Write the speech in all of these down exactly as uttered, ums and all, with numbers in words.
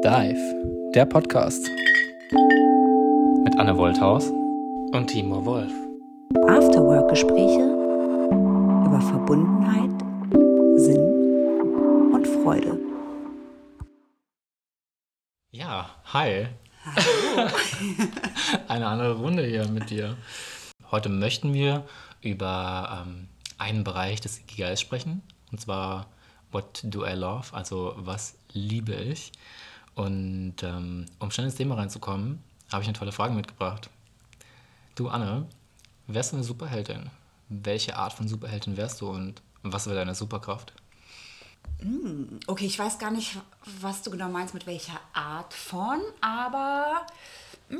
Dive, der Podcast. Mit Anne Wolthaus und Timur Wolf. Afterwork-Gespräche über Verbundenheit, Sinn und Freude. Ja, hi. Hallo. Eine andere Runde hier mit dir. Heute möchten wir über ähm, einen Bereich des Ikigais sprechen, und zwar What do I love? Also was liebe ich? Und ähm, um schnell ins Thema reinzukommen, habe ich eine tolle Frage mitgebracht. Du, Anne, wärst du eine Superheldin? Welche Art von Superheldin wärst du und was wäre deine Superkraft? Okay, ich weiß gar nicht, was du genau meinst, mit welcher Art von, aber mh,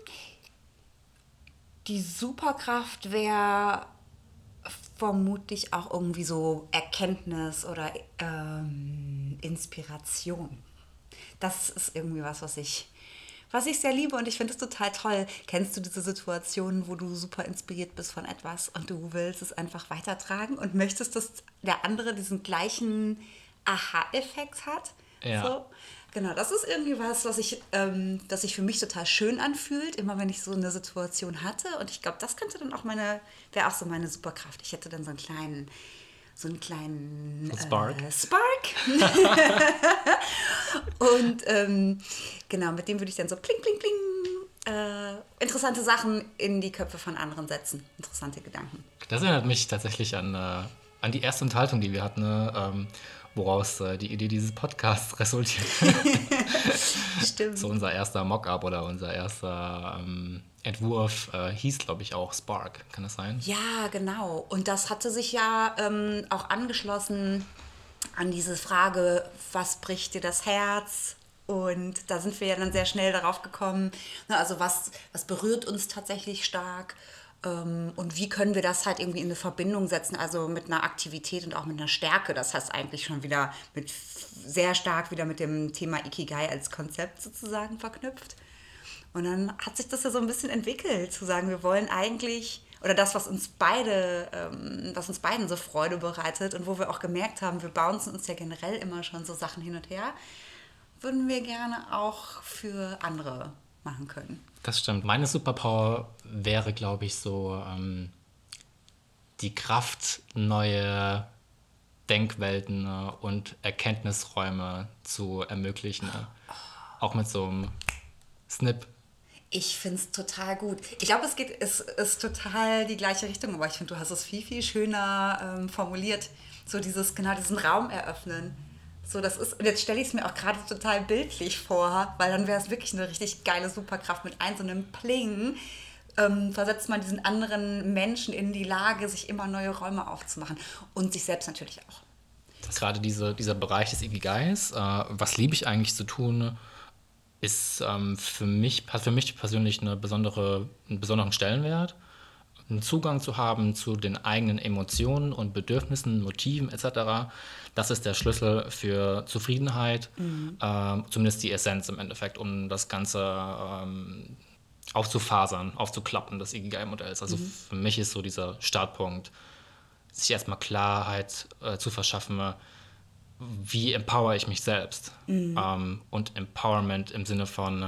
die Superkraft wäre vermutlich auch irgendwie so Erkenntnis oder ähm, Inspiration. Das ist irgendwie was, was ich, was ich sehr liebe und ich finde es total toll. Kennst du diese Situationen, wo du super inspiriert bist von etwas und du willst es einfach weitertragen und möchtest, dass der andere diesen gleichen Aha-Effekt hat? Ja. So. Genau, das ist irgendwie was, was ich, ähm, das sich für mich total schön anfühlt, immer wenn ich so eine Situation hatte. Und ich glaube, das könnte dann auch meine, wäre auch so meine Superkraft. Ich hätte dann so einen kleinen, so einen kleinen So Spark. Äh, Spark. Und ähm, genau, mit dem würde ich dann so pling, pling, pling äh, interessante Sachen in die Köpfe von anderen setzen. Interessante Gedanken. Das erinnert mich tatsächlich an, äh, an die erste Unterhaltung, die wir hatten, ne? ähm, woraus äh, die Idee dieses Podcasts resultiert. Stimmt. So unser erster Mock-up oder unser erster ähm, Entwurf äh, hieß, glaube ich, auch Spark. Kann das sein? Ja, genau. Und das hatte sich ja ähm, auch angeschlossen an diese Frage, was bricht dir das Herz? Und da sind wir ja dann sehr schnell darauf gekommen, ne, also was, was berührt uns tatsächlich stark ähm, und wie können wir das halt irgendwie in eine Verbindung setzen, also mit einer Aktivität und auch mit einer Stärke. Das heißt eigentlich schon wieder mit sehr stark wieder mit dem Thema Ikigai als Konzept sozusagen verknüpft. Und dann hat sich das ja so ein bisschen entwickelt, zu sagen, wir wollen eigentlich, oder das, was uns beide, ähm, was uns beiden so Freude bereitet und wo wir auch gemerkt haben, wir bouncen uns ja generell immer schon so Sachen hin und her, würden wir gerne auch für andere machen können. Das stimmt. Meine Superpower wäre, glaube ich, so ähm, die Kraft, neue Denkwelten äh, und Erkenntnisräume zu ermöglichen. Äh. Auch mit so einem Snip. Ich finde es total gut. Ich glaube, es geht, es ist total die gleiche Richtung, aber ich finde, du hast es viel, viel schöner ähm, formuliert. So dieses, genau diesen Raum eröffnen. So, das ist, und jetzt stelle ich es mir auch gerade total bildlich vor, weil dann wäre es wirklich eine richtig geile Superkraft mit ein so einem Pling. Ähm, versetzt man diesen anderen Menschen in die Lage, sich immer neue Räume aufzumachen. Und sich selbst natürlich auch. Gerade diese, dieser Bereich des Ikigais, äh, was liebe ich eigentlich zu tun, ist ähm, für mich, hat für mich persönlich eine besondere, einen besonderen Stellenwert. Einen Zugang zu haben zu den eigenen Emotionen und Bedürfnissen, Motiven et cetera. Das ist der Schlüssel für Zufriedenheit, mhm. ähm, zumindest die Essenz im Endeffekt, um das Ganze ähm, aufzufasern, aufzuklappen, des Ikigai-Modells. Also mhm. für mich ist so dieser Startpunkt, sich erstmal Klarheit äh, zu verschaffen, wie empower ich mich selbst? Mhm. Ähm, und Empowerment im Sinne von,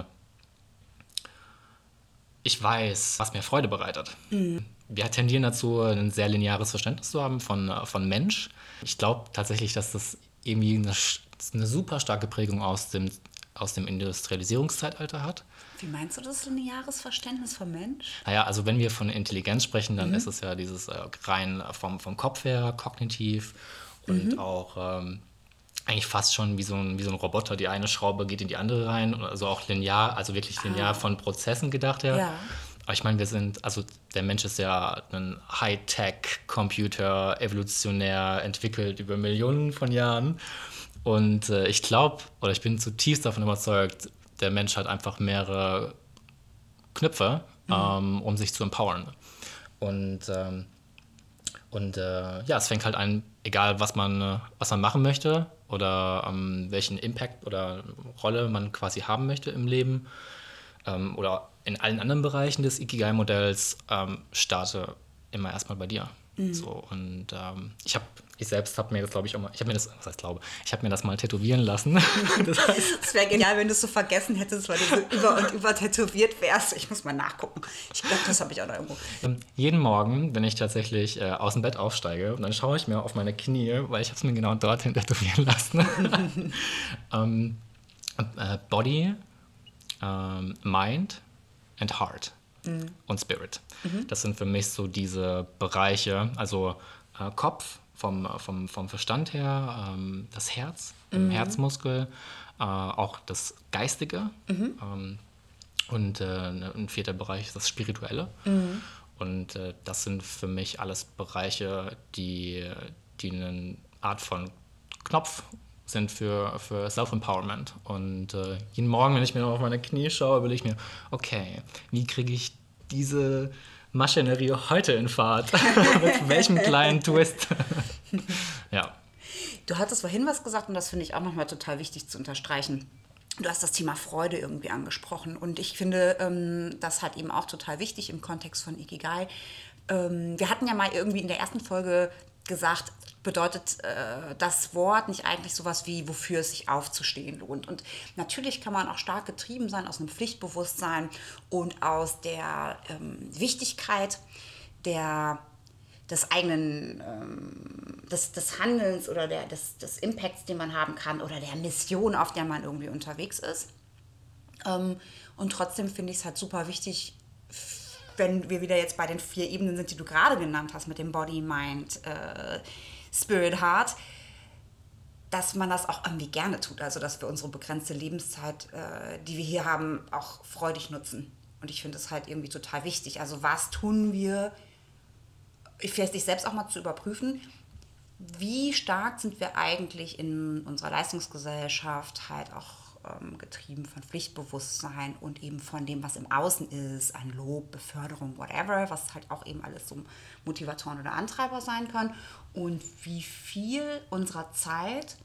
ich weiß, was mir Freude bereitet. Mhm. Wir tendieren dazu, ein sehr lineares Verständnis zu haben von, von Mensch. Ich glaube tatsächlich, dass das irgendwie eine, eine super starke Prägung aus dem, aus dem Industrialisierungszeitalter hat. Wie meinst du das lineares Verständnis vom Mensch? Naja, also wenn wir von Intelligenz sprechen, dann mhm. ist es ja dieses äh, rein vom, vom Kopf her, kognitiv und mhm. auch ähm, eigentlich fast schon wie so, ein, wie so ein Roboter. Die eine Schraube geht in die andere rein, also auch linear, also wirklich linear ah. von Prozessen gedacht her. Ja. Aber ich meine, wir sind, also der Mensch ist ja ein Hightech-Computer, evolutionär entwickelt über Millionen von Jahren. Und äh, ich glaube, oder ich bin zutiefst davon überzeugt, der Mensch hat einfach mehrere Knöpfe, mhm. ähm, um sich zu empowern. Und, ähm, und äh, ja, es fängt halt an, egal was man, was man machen möchte oder ähm, welchen Impact oder Rolle man quasi haben möchte im Leben ähm, oder in allen anderen Bereichen des Ikigai-Modells, ähm, starte immer erstmal bei dir. Mhm. So, und ähm, ich habe ich selbst habe mir das, glaube ich, auch mal, ich habe mir das, was heißt glaube, ich habe mir das mal tätowieren lassen. Das heißt, Es wäre genial, wenn du es so vergessen hättest, weil du so über und über tätowiert wärst. Ich muss mal nachgucken. Ich glaube, das habe ich auch noch irgendwo. ähm, jeden Morgen, wenn ich tatsächlich äh, aus dem Bett aufsteige, und dann schaue ich mir auf meine Knie, weil ich habe es mir genau dorthin tätowieren lassen. ähm, äh, Body, ähm, Mind and Heart mhm. und Spirit. Mhm. Das sind für mich so diese Bereiche, also äh, Kopf vom, vom, vom Verstand her, ähm, das Herz, mhm. Herzmuskel, äh, auch das Geistige mhm. ähm, und äh, ein vierter Bereich ist das Spirituelle. Mhm. Und äh, das sind für mich alles Bereiche, die, die eine Art von Knopf sind für, für Self-Empowerment. Und äh, jeden Morgen, wenn ich mir noch auf meine Knie schaue, will ich mir, okay, wie kriege ich diese Maschinerie heute in Fahrt? Mit welchem kleinen Twist? Ja. Du hattest vorhin was gesagt und das finde ich auch nochmal total wichtig zu unterstreichen. Du hast das Thema Freude irgendwie angesprochen und ich finde, ähm, das halt eben auch total wichtig im Kontext von Ikigai. Ähm, wir hatten ja mal irgendwie in der ersten Folge gesagt, bedeutet äh, das Wort nicht eigentlich sowas wie, wofür es sich aufzustehen lohnt. Und natürlich kann man auch stark getrieben sein aus einem Pflichtbewusstsein und aus der ähm, Wichtigkeit der, des eigenen ähm, des, des Handelns oder der, des, des Impacts, den man haben kann oder der Mission, auf der man irgendwie unterwegs ist. Ähm, und trotzdem finde ich es halt super wichtig, wenn wir wieder jetzt bei den vier Ebenen sind, die du gerade genannt hast, mit dem Body, Mind, äh, Spirit, Heart, dass man das auch irgendwie gerne tut. Also, dass wir unsere begrenzte Lebenszeit, äh, die wir hier haben, auch freudig nutzen. Und ich finde das halt irgendwie total wichtig. Also, was tun wir, vielleicht sich selbst auch mal zu überprüfen, wie stark sind wir eigentlich in unserer Leistungsgesellschaft halt auch ähm, getrieben von Pflichtbewusstsein und eben von dem, was im Außen ist, an Lob, Beförderung, whatever, was halt auch eben alles so Motivatoren oder Antreiber sein können. Und wie viel unserer Zeit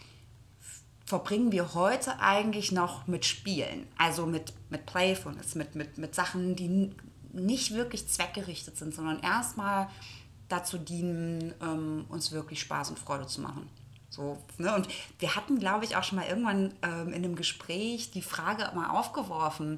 verbringen wir heute eigentlich noch mit Spielen, also mit, mit Playfulness, mit, mit, mit Sachen, die nicht wirklich zweckgerichtet sind, sondern erstmal dazu dienen, ähm, uns wirklich Spaß und Freude zu machen. So, ne? Und wir hatten, glaube ich, auch schon mal irgendwann ähm, in einem Gespräch die Frage mal aufgeworfen,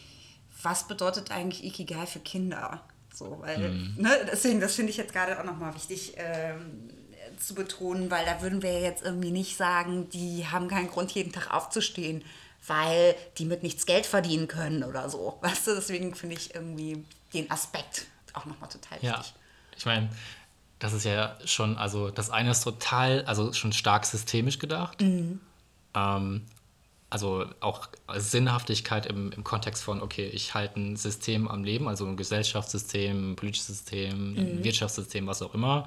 was bedeutet eigentlich Ikigai für Kinder? So, weil, mhm. ne, deswegen, das finde ich jetzt gerade auch nochmal wichtig ähm, zu betonen, weil da würden wir jetzt irgendwie nicht sagen, die haben keinen Grund, jeden Tag aufzustehen, weil die mit nichts Geld verdienen können oder so. Weißt du, deswegen finde ich irgendwie den Aspekt auch nochmal total wichtig. Ja, ich meine, das ist ja schon, also das eine ist total, also schon stark systemisch gedacht. Mhm. Ähm, also auch Sinnhaftigkeit im, im Kontext von, okay, ich halte ein System am Leben, also ein Gesellschaftssystem, ein politisches System, mhm. ein Wirtschaftssystem, was auch immer.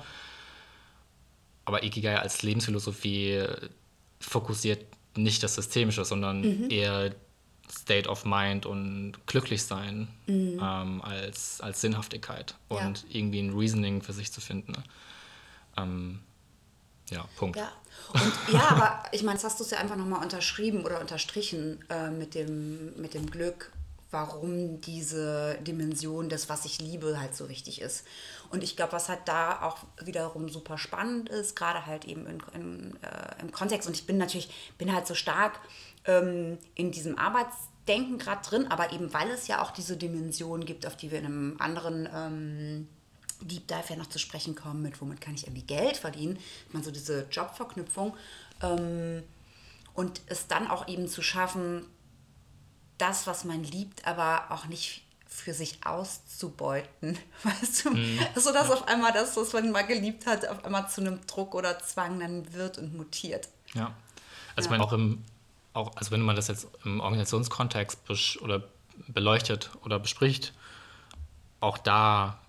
Aber Ikigai als Lebensphilosophie fokussiert nicht das Systemische, sondern mhm. eher State of Mind und glücklich sein mhm. ähm, als, als Sinnhaftigkeit und ja. irgendwie ein Reasoning für sich zu finden. Ähm, ja, Punkt. Ja, und, ja, aber ich meine, jetzt hast du es ja einfach nochmal unterschrieben oder unterstrichen äh, mit, dem, mit dem Glück, warum diese Dimension des, was ich liebe, halt so wichtig ist. Und ich glaube, was halt da auch wiederum super spannend ist, gerade halt eben in, in, äh, im Kontext, und ich bin natürlich, bin halt so stark ähm, in diesem Arbeitsdenken gerade drin, aber eben weil es ja auch diese Dimension gibt, auf die wir in einem anderen ähm, Deep Dive ja noch zu sprechen kommen, mit womit kann ich irgendwie Geld verdienen, man so diese Jobverknüpfung ähm, und es dann auch eben zu schaffen, das, was man liebt, aber auch nicht für sich auszubeuten, weißt du, mm, so dass ja. auf einmal das, was man mal geliebt hat, auf einmal zu einem Druck oder Zwang dann wird und mutiert. Ja, also ja. ich meine auch im, auch, also wenn man das jetzt im Organisationskontext besch- oder beleuchtet oder bespricht, auch da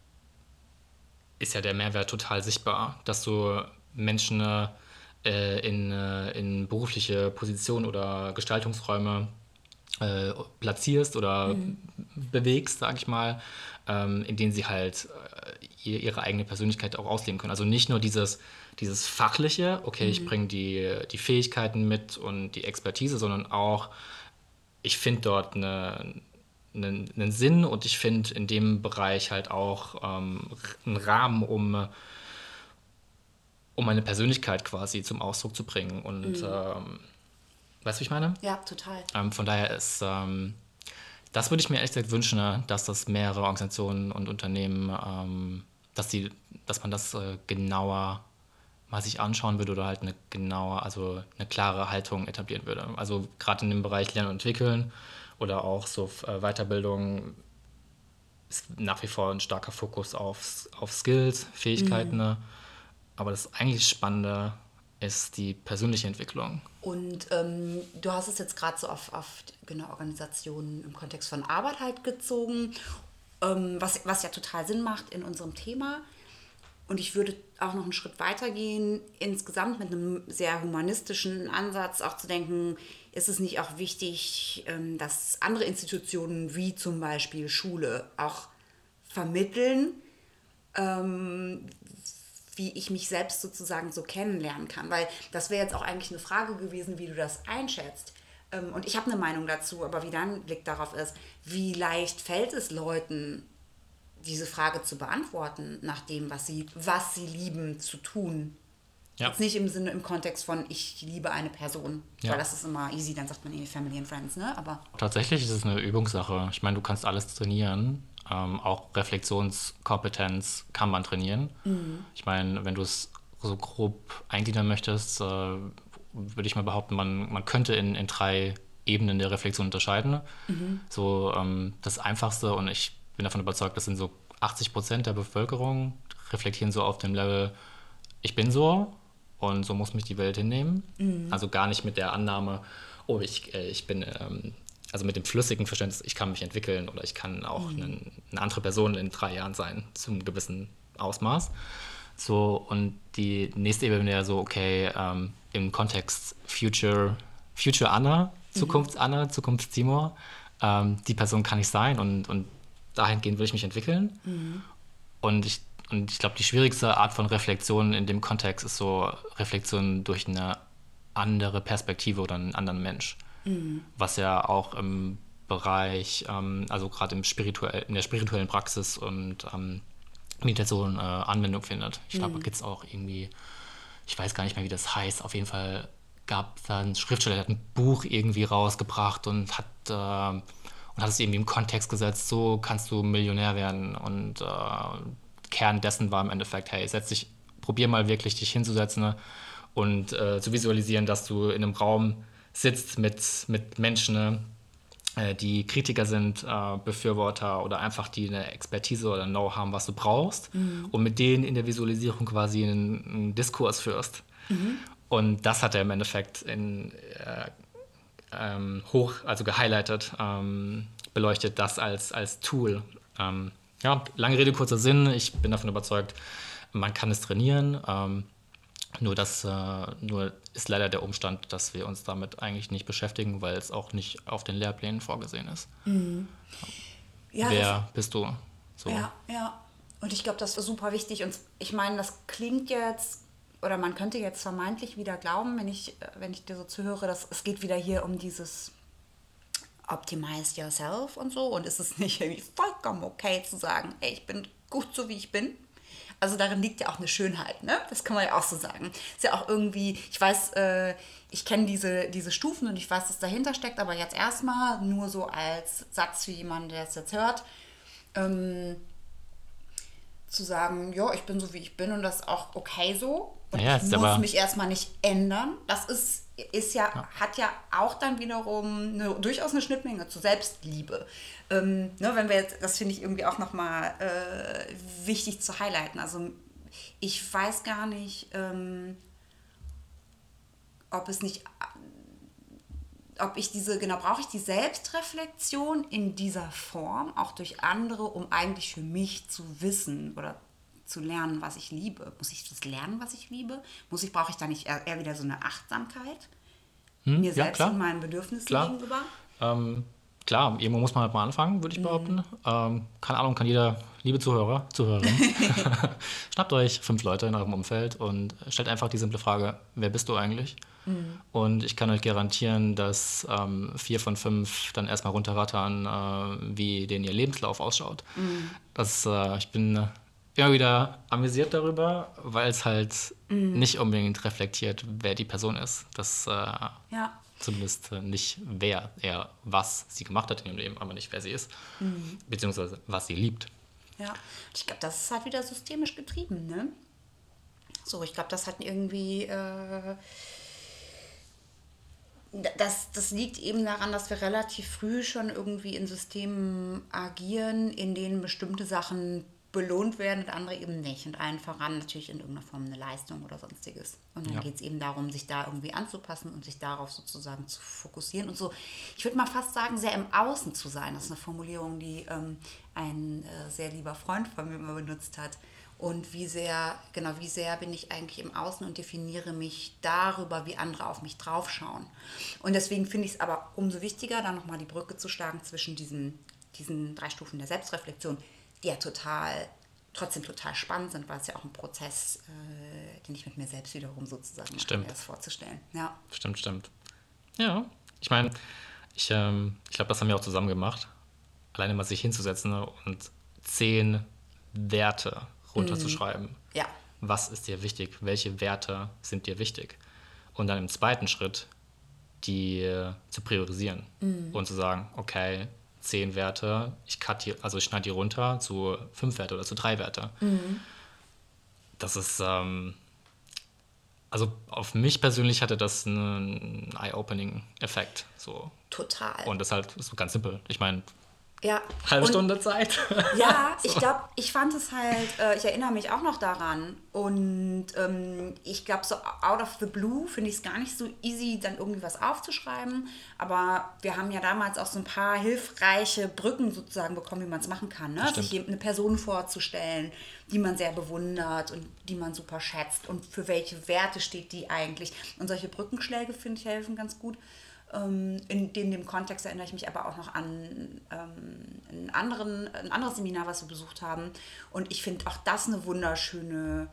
ist ja der Mehrwert total sichtbar, dass du Menschen äh, in, äh, in berufliche Positionen oder Gestaltungsräume äh, platzierst oder mhm. bewegst, sag ich mal, ähm, in denen sie halt äh, ihre eigene Persönlichkeit auch ausleben können. Also nicht nur dieses, dieses Fachliche, okay, mhm. ich bringe die, die Fähigkeiten mit und die Expertise, sondern auch, ich finde dort eine einen, einen Sinn und ich finde in dem Bereich halt auch ähm, einen Rahmen, um, um meine Persönlichkeit quasi zum Ausdruck zu bringen. Und Mhm. ähm, weißt du, wie ich meine? Ja, total. Ähm, von daher ist, ähm, das würde ich mir ehrlich gesagt wünschen, ne, dass das mehrere Organisationen und Unternehmen, ähm, dass die, dass man das äh, genauer mal sich anschauen würde oder halt eine genaue, also eine klare Haltung etablieren würde. Also gerade in dem Bereich Lernen und Entwickeln oder auch so äh, Weiterbildung ist nach wie vor ein starker Fokus auf, auf Skills, Fähigkeiten. Ne? Aber das eigentlich Spannende ist die persönliche Entwicklung. Und ähm, du hast es jetzt gerade so auf, auf genau, Organisationen im Kontext von Arbeit halt gezogen, ähm, was, was ja total Sinn macht in unserem Thema. Und ich würde auch noch einen Schritt weiter gehen, insgesamt mit einem sehr humanistischen Ansatz auch zu denken, ist es nicht auch wichtig, ähm, dass andere Institutionen wie zum Beispiel Schule auch vermitteln, ähm, wie ich mich selbst sozusagen so kennenlernen kann. Weil das wäre jetzt auch eigentlich eine Frage gewesen, wie du das einschätzt. Ähm, und ich habe eine Meinung dazu, aber wie dein Blick darauf ist, wie leicht fällt es Leuten, diese Frage zu beantworten, nach dem, was sie, was sie lieben, zu tun. Ja. Jetzt nicht im Sinne, im Kontext von, ich liebe eine Person, Ja. weil das ist immer easy, dann sagt man irgendwie Family and Friends, ne? Aber Tatsächlich ist es eine Übungssache. Ich meine, du kannst alles trainieren. Ähm, auch Reflexionskompetenz kann man trainieren. Ich meine, wenn du es so grob eingliedern möchtest, äh, würde ich mal behaupten, man, man könnte in, in drei Ebenen der Reflexion unterscheiden. So ähm, das Einfachste, und ich bin davon überzeugt, das sind so achtzig Prozent der Bevölkerung, reflektieren so auf dem Level, ich bin so und so muss mich die Welt hinnehmen. Also gar nicht mit der Annahme, oh, ich, äh, ich bin, ähm, also mit dem flüssigen Verständnis, ich kann mich entwickeln oder ich kann auch einen, eine andere Person in drei Jahren sein, zum gewissen Ausmaß. So, und die nächste Ebene wäre so, okay, ähm, im Kontext Future, Future Anna, Zukunfts-Anna, Zukunfts-Timor, ähm, die Person kann ich sein und, und dahingehend will ich mich entwickeln. Und ich, und ich glaube, die schwierigste Art von Reflexion in dem Kontext ist so Reflexion durch eine andere Perspektive oder einen anderen Mensch. Was ja auch im Bereich, ähm, also gerade im spirituell, in der spirituellen Praxis und ähm, Meditation äh, Anwendung findet. Ich glaube, da gibt es auch irgendwie, ich weiß gar nicht mehr, wie das heißt, auf jeden Fall gab es da einen Schriftsteller, der hat ein Buch irgendwie rausgebracht und hat, äh, und hat es irgendwie im Kontext gesetzt, so kannst du Millionär werden. Und äh, Kern dessen war im Endeffekt, hey, setz dich, probier mal wirklich dich hinzusetzen, ne? Und äh, zu visualisieren, dass du in einem Raum sitzt mit, mit Menschen, ne? äh, die Kritiker sind, äh, Befürworter oder einfach die eine Expertise oder Know-how haben, was du brauchst, und mit denen in der Visualisierung quasi einen, einen Diskurs führst. Und das hat er im Endeffekt in, äh, ähm, hoch, also gehighlightet, ähm, beleuchtet, das als, als Tool. Ähm, ja, lange Rede, kurzer Sinn. Ich bin davon überzeugt, man kann es trainieren. Ähm, nur, das, äh, nur ist leider der Umstand, dass wir uns damit eigentlich nicht beschäftigen, weil es auch nicht auf den Lehrplänen vorgesehen ist. ja, Wer bist du? So. Ja, ja. Und ich glaube, das ist super wichtig. Und ich meine, das klingt jetzt, oder man könnte jetzt vermeintlich wieder glauben, wenn ich, äh, wenn ich dir so zuhöre, dass es geht wieder hier um dieses Optimize yourself und so. Und ist es nicht irgendwie vollkommen okay zu sagen, ey, ich bin gut so, wie ich bin? Also darin liegt ja auch eine Schönheit, ne? Das kann man ja auch so sagen. Ist ja auch irgendwie, ich weiß, äh, ich kenne diese, diese Stufen und ich weiß, was dahinter steckt, aber jetzt erstmal nur so als Satz für jemanden, der es jetzt hört, ähm, zu sagen, ja, ich bin so, wie ich bin und das ist auch okay so. Und Ja, ich ist muss aber- mich erstmal nicht ändern. Das ist, ist ja, hat ja auch dann wiederum eine, durchaus eine Schnittmenge zur Selbstliebe. Ähm, ne, wenn wir jetzt, das finde ich irgendwie auch nochmal äh, wichtig zu highlighten. Also ich weiß gar nicht, ähm, ob es nicht, ob ich diese, genau, brauche ich die Selbstreflexion in dieser Form, auch durch andere, um eigentlich für mich zu wissen oder zu lernen, was ich liebe. Muss ich das lernen, was ich liebe? Muss ich, brauche ich da nicht eher, eher wieder so eine Achtsamkeit Hm, mir ja, selbst klar. und meinen Bedürfnissen Klar. gegenüber? Ähm, klar, irgendwo muss man halt mal anfangen, würde ich behaupten. Ähm, keine Ahnung, kann jeder, liebe Zuhörer, Zuhörerin, schnappt euch fünf Leute in eurem Umfeld und stellt einfach die simple Frage, wer bist du eigentlich? Und ich kann euch garantieren, dass ähm, vier von fünf dann erstmal runterrattern, äh, wie denn ihr Lebenslauf ausschaut. Das, äh, ich bin immer wieder amüsiert darüber, weil es halt mm. nicht unbedingt reflektiert, wer die Person ist. Das äh, ja. zumindest nicht wer, eher was sie gemacht hat in ihrem Leben, aber nicht wer sie ist, mm. beziehungsweise was sie liebt. Ja, ich glaube, das ist halt wieder systemisch getrieben, ne? So, ich glaube, das hat irgendwie... Äh, Das, das liegt eben daran, dass wir relativ früh schon irgendwie in Systemen agieren, in denen bestimmte Sachen belohnt werden und andere eben nicht. Und allen voran natürlich in irgendeiner Form eine Leistung oder sonstiges. Und dann ja. geht es eben darum, sich da irgendwie anzupassen und sich darauf sozusagen zu fokussieren und so, ich würde mal fast sagen, sehr im Außen zu sein. Das ist eine Formulierung, die ähm, ein äh, sehr lieber Freund von mir immer benutzt hat. Und wie sehr, genau, wie sehr bin ich eigentlich im Außen und definiere mich darüber, wie andere auf mich draufschauen. Und deswegen finde ich es aber umso wichtiger, da nochmal die Brücke zu schlagen zwischen diesen, diesen drei Stufen der Selbstreflexion, die ja total, trotzdem total spannend sind, weil es ja auch ein Prozess, äh, den ich mit mir selbst wiederum sozusagen mache, mir das vorzustellen. Ja. Stimmt, stimmt. Ja, ich meine, ich, ähm, ich glaube, das haben wir auch zusammen gemacht, alleine mal sich hinzusetzen und zehn Werte runterzuschreiben. Ja. Was ist dir wichtig? Welche Werte sind dir wichtig? Und dann im zweiten Schritt die äh, zu priorisieren mm. und zu sagen, okay, zehn Werte, ich cut die, also ich schneide die runter zu fünf Werte oder zu drei Werte. Mm. Das ist, ähm, also auf mich persönlich hatte das einen Eye-Opening-Effekt. So. Total. Und das ist halt so ganz simpel. Ich meine, ja. halbe und, Stunde Zeit. Ja, so. ich glaube, ich fand es halt, äh, ich erinnere mich auch noch daran. Und ähm, ich glaube, so out of the blue finde ich es gar nicht so easy, dann irgendwie was aufzuschreiben. Aber wir haben ja damals auch so ein paar hilfreiche Brücken sozusagen bekommen, wie man es machen kann. Ne? Sich eine Person vorzustellen, die man sehr bewundert und die man super schätzt. Und für welche Werte steht die eigentlich. Und solche Brückenschläge, finde ich, helfen ganz gut. In, in dem Kontext erinnere ich mich aber auch noch an ähm, einen anderen, ein anderes Seminar, was wir besucht haben. Und ich finde auch das eine wunderschöne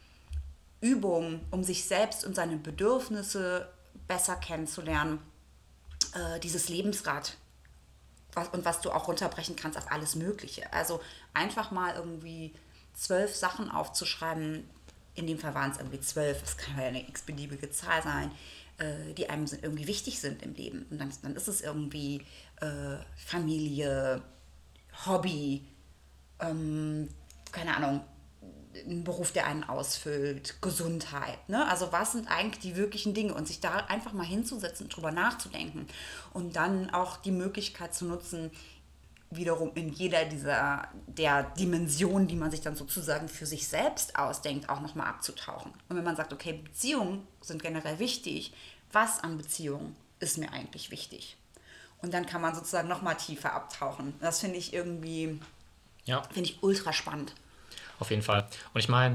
Übung, um sich selbst und seine Bedürfnisse besser kennenzulernen. Äh, dieses Lebensrad. Was, und was du auch runterbrechen kannst auf alles Mögliche. Also einfach mal irgendwie zwölf Sachen aufzuschreiben. In dem Fall waren es irgendwie zwölf. Das kann ja eine x-beliebige Zahl sein, die einem irgendwie wichtig sind im Leben. Und dann, dann ist es irgendwie äh, Familie, Hobby, ähm, keine Ahnung, ein Beruf, der einen ausfüllt, Gesundheit. Ne? Also was sind eigentlich die wirklichen Dinge? Und sich da einfach mal hinzusetzen und drüber nachzudenken. Und dann auch die Möglichkeit zu nutzen, wiederum in jeder dieser der Dimensionen, die man sich dann sozusagen für sich selbst ausdenkt, auch nochmal abzutauchen. Und wenn man sagt, okay, Beziehungen sind generell wichtig, was an Beziehungen ist mir eigentlich wichtig? Und dann kann man sozusagen nochmal tiefer abtauchen. Das finde ich irgendwie, ja. finde ich ultra spannend. Auf jeden Fall. Und ich meine,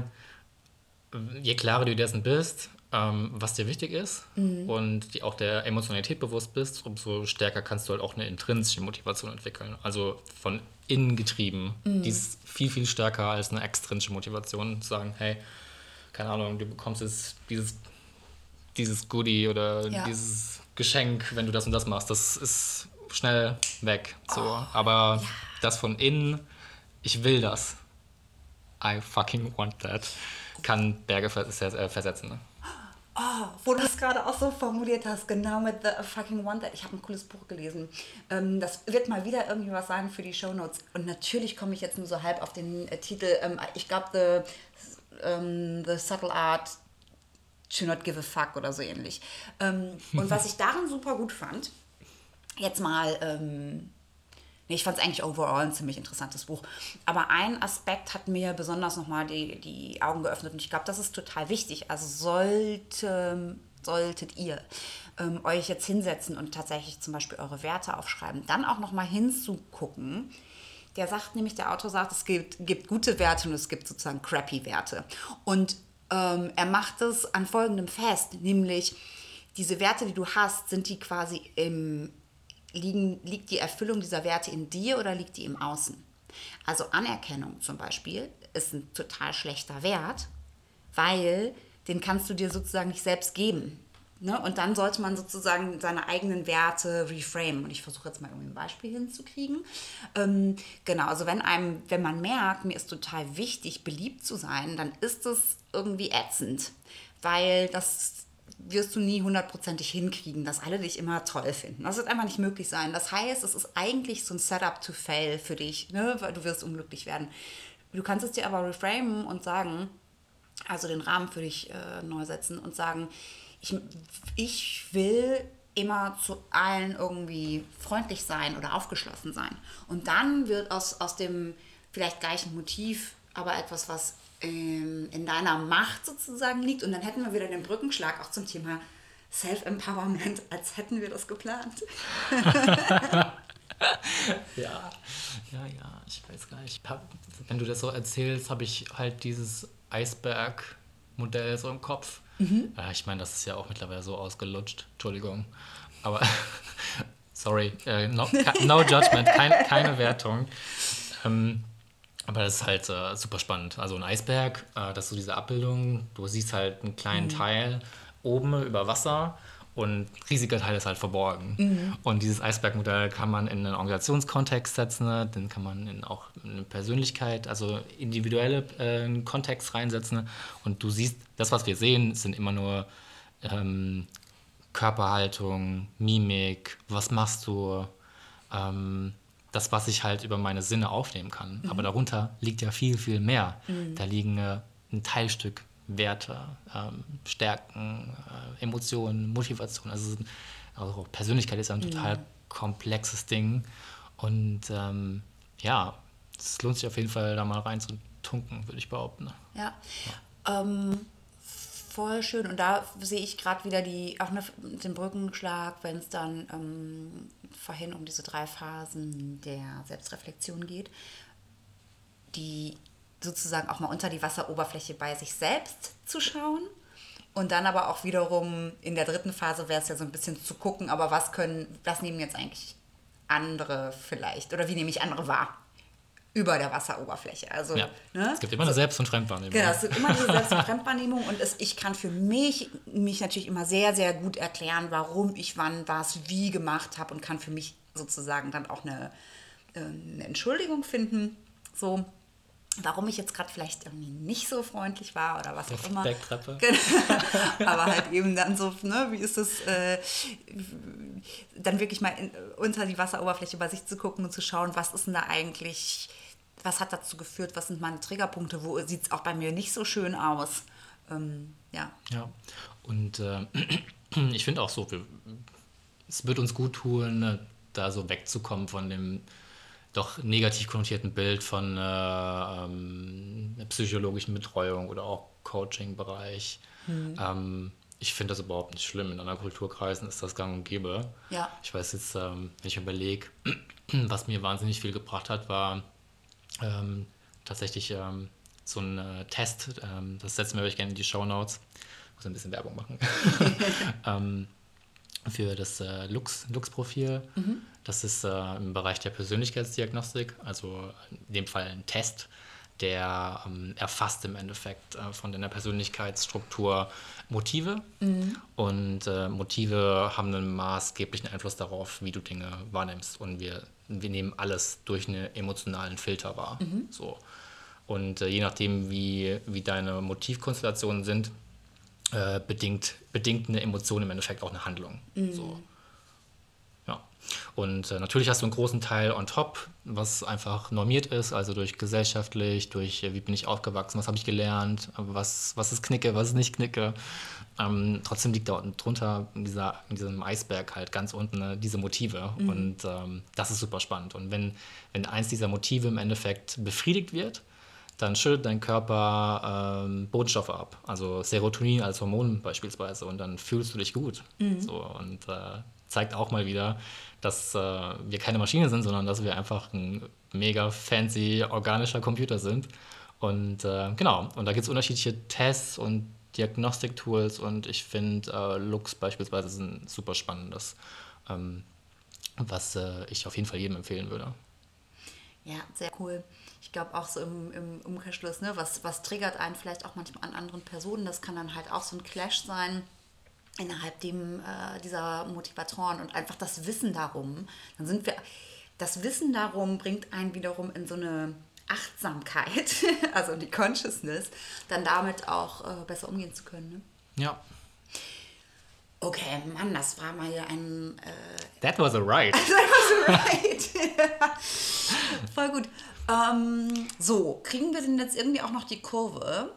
je klarer du dir dessen bist, ähm, was dir wichtig ist mhm. und die auch der Emotionalität bewusst bist, umso stärker kannst du halt auch eine intrinsische Motivation entwickeln. Also von innen getrieben. Mhm. Die ist viel, viel stärker als eine extrinsische Motivation. Zu sagen, hey, keine Ahnung, du bekommst jetzt dieses, dieses Goodie oder ja. dieses Geschenk, wenn du das und das machst. Das ist schnell weg. So. Oh, Aber ja. das von innen, ich will das. I fucking want that. Kann Berge versetzen. Ne? Oh, wo du es gerade auch so formuliert hast, genau mit The Fucking Want That. Ich habe ein cooles Buch gelesen. Ähm, das wird mal wieder irgendwie was sein für die Shownotes. Und natürlich komme ich jetzt nur so halb auf den äh, Titel. Ähm, ich glaube, the, ähm, the Subtle Art to Not Give a Fuck oder so ähnlich. Ähm, und was ich darin super gut fand, jetzt mal... Ähm, Nee, ich fand es eigentlich overall ein ziemlich interessantes Buch. Aber ein Aspekt hat mir besonders nochmal die, die Augen geöffnet. Und ich glaube, das ist total wichtig. Also sollte, solltet ihr ähm, euch jetzt hinsetzen und tatsächlich zum Beispiel eure Werte aufschreiben, dann auch nochmal hinzugucken. Der sagt nämlich, der Autor sagt, es gibt, gibt gute Werte und es gibt sozusagen crappy Werte. Und ähm, er macht es an folgendem fest. Nämlich, diese Werte, die du hast, sind die quasi im... Liegen, liegt die Erfüllung dieser Werte in dir oder liegt die im Außen? Also Anerkennung zum Beispiel ist ein total schlechter Wert, weil den kannst du dir sozusagen nicht selbst geben. Ne? Und dann sollte man sozusagen seine eigenen Werte reframen. Und ich versuche jetzt mal irgendwie ein Beispiel hinzukriegen. Ähm, genau, also wenn einem, wenn man merkt, mir ist total wichtig, beliebt zu sein, dann ist es irgendwie ätzend. Weil das wirst du nie hundertprozentig hinkriegen, dass alle dich immer toll finden. Das wird einfach nicht möglich sein. Das heißt, es ist eigentlich so ein Setup to fail für dich, ne? Weil du wirst unglücklich werden. Du kannst es dir aber reframen und sagen, also den Rahmen für dich äh, neu setzen und sagen, ich, ich will immer zu allen irgendwie freundlich sein oder aufgeschlossen sein. Und dann wird aus, aus dem vielleicht gleichen Motiv aber etwas, was ähm, in deiner Macht sozusagen liegt. Und dann hätten wir wieder den Brückenschlag auch zum Thema Self-Empowerment, als hätten wir das geplant. Ja, ja, ja, ich weiß gar nicht. Hab, wenn du das so erzählst, habe ich halt dieses Eisberg-Modell so im Kopf. Mhm. Äh, ich meine, das ist ja auch mittlerweile so ausgelutscht. Entschuldigung. Aber, sorry, äh, no, no judgment, kein, keine Wertung. Ähm, aber das ist halt äh, super spannend. Also ein Eisberg, äh, das ist so diese Abbildung, du siehst halt einen kleinen mhm. Teil oben über Wasser und ein riesiger Teil ist halt verborgen. Mhm. Und dieses Eisbergmodell kann man in einen Organisationskontext setzen, ne? Den kann man in auch in eine Persönlichkeit, also individuelle äh, Kontext reinsetzen. Und du siehst, das, was wir sehen, sind immer nur ähm, Körperhaltung, Mimik, was machst du, ähm, das, was ich halt über meine Sinne aufnehmen kann. Mhm. Aber darunter liegt ja viel, viel mehr. Mhm. Da liegen äh, ein Teilstück Werte, ähm, Stärken, äh, Emotionen, Motivation. Also, also Persönlichkeit ist ein mhm. total komplexes Ding. Und ähm, ja, es lohnt sich auf jeden Fall, da mal rein zu tunken, würde ich behaupten. Ja, ja. Ähm, voll schön. Und da sehe ich gerade wieder die, auch mit dem Brückenschlag, wenn es dann ähm, vorhin um diese drei Phasen der Selbstreflexion geht, die sozusagen auch mal unter die Wasseroberfläche bei sich selbst zu schauen und dann aber auch wiederum in der dritten Phase wäre es ja so ein bisschen zu gucken, aber was können, was nehmen jetzt eigentlich andere vielleicht oder wie nehme ich andere wahr über der Wasseroberfläche. Also, ja. ne? Es gibt immer eine Selbst- und Fremdwahrnehmung. Genau, es gibt immer diese Selbst- und Fremdwahrnehmung und es, ich kann für mich, mich natürlich immer sehr, sehr gut erklären, warum ich wann was wie gemacht habe und kann für mich sozusagen dann auch eine, eine Entschuldigung finden, so warum ich jetzt gerade vielleicht irgendwie nicht so freundlich war oder was Der auch immer. Feedback-Treppe. Aber halt eben dann so, ne, wie ist es, äh, dann wirklich mal in, unter die Wasseroberfläche bei sich zu gucken und zu schauen, was ist denn da eigentlich, was hat dazu geführt, was sind meine Triggerpunkte, wo sieht es auch bei mir nicht so schön aus. Ähm, ja. Ja, und äh, ich finde auch so, wir, es wird uns gut tun, ne, da so wegzukommen von dem doch negativ konnotierten Bild von äh, ähm, psychologischen Betreuung oder auch Coaching-Bereich. Mhm. Ähm, ich finde das überhaupt nicht schlimm. In anderen Kulturkreisen ist das gang und gäbe. Ja. Ich weiß jetzt, ähm, wenn ich überlege, was mir wahnsinnig viel gebracht hat, war ähm, tatsächlich ähm, so ein äh, Test. Ähm, das setzen wir euch gerne in die Shownotes. Muss ein bisschen Werbung machen. ähm, für das äh, Lux, Lux-Profil. Mhm. Das ist äh, im Bereich der Persönlichkeitsdiagnostik, also in dem Fall ein Test, der ähm, erfasst im Endeffekt äh, von deiner Persönlichkeitsstruktur Motive. Mhm. Und äh, Motive haben einen maßgeblichen Einfluss darauf, wie du Dinge wahrnimmst. Und wir, wir nehmen alles durch einen emotionalen Filter wahr. Mhm. So. Und äh, je nachdem, wie, wie deine Motivkonstellationen sind, äh, bedingt, bedingt eine Emotion im Endeffekt auch eine Handlung. Mhm. So. Ja. Und äh, natürlich hast du einen großen Teil on top, was einfach normiert ist, also durch gesellschaftlich, durch äh, wie bin ich aufgewachsen, was habe ich gelernt, was, was ist Knicke, was ist nicht Knicke. Ähm, trotzdem liegt da unten drunter in, dieser, in diesem Eisberg halt ganz unten äh, diese Motive. Mhm. Und ähm, das ist super spannend. Und wenn, wenn eins dieser Motive im Endeffekt befriedigt wird, dann schüttet dein Körper ähm, Botenstoffe ab, also Serotonin als Hormon beispielsweise, und dann fühlst du dich gut. Mhm. So, und äh, zeigt auch mal wieder, dass äh, wir keine Maschine sind, sondern dass wir einfach ein mega fancy organischer Computer sind. Und äh, genau, und da gibt es unterschiedliche Tests und Diagnostik-Tools und ich finde äh, Lux beispielsweise ist ein super spannendes, ähm, was äh, ich auf jeden Fall jedem empfehlen würde. Ja, sehr cool. Ich glaube auch so im, im Umkehrschluss, ne, was, was triggert einen vielleicht auch manchmal an anderen Personen. Das kann dann halt auch so ein Clash sein. innerhalb dem, äh, dieser Motivatoren und einfach das Wissen darum, dann sind wir, das Wissen darum bringt einen wiederum in so eine Achtsamkeit, also die Consciousness, dann damit auch äh, besser umgehen zu können. Ne? Ja. Okay, Mann, das war mal hier ein... Äh, That was a right. That was a right. Voll gut. Ähm, so, kriegen wir denn jetzt irgendwie auch noch die Kurve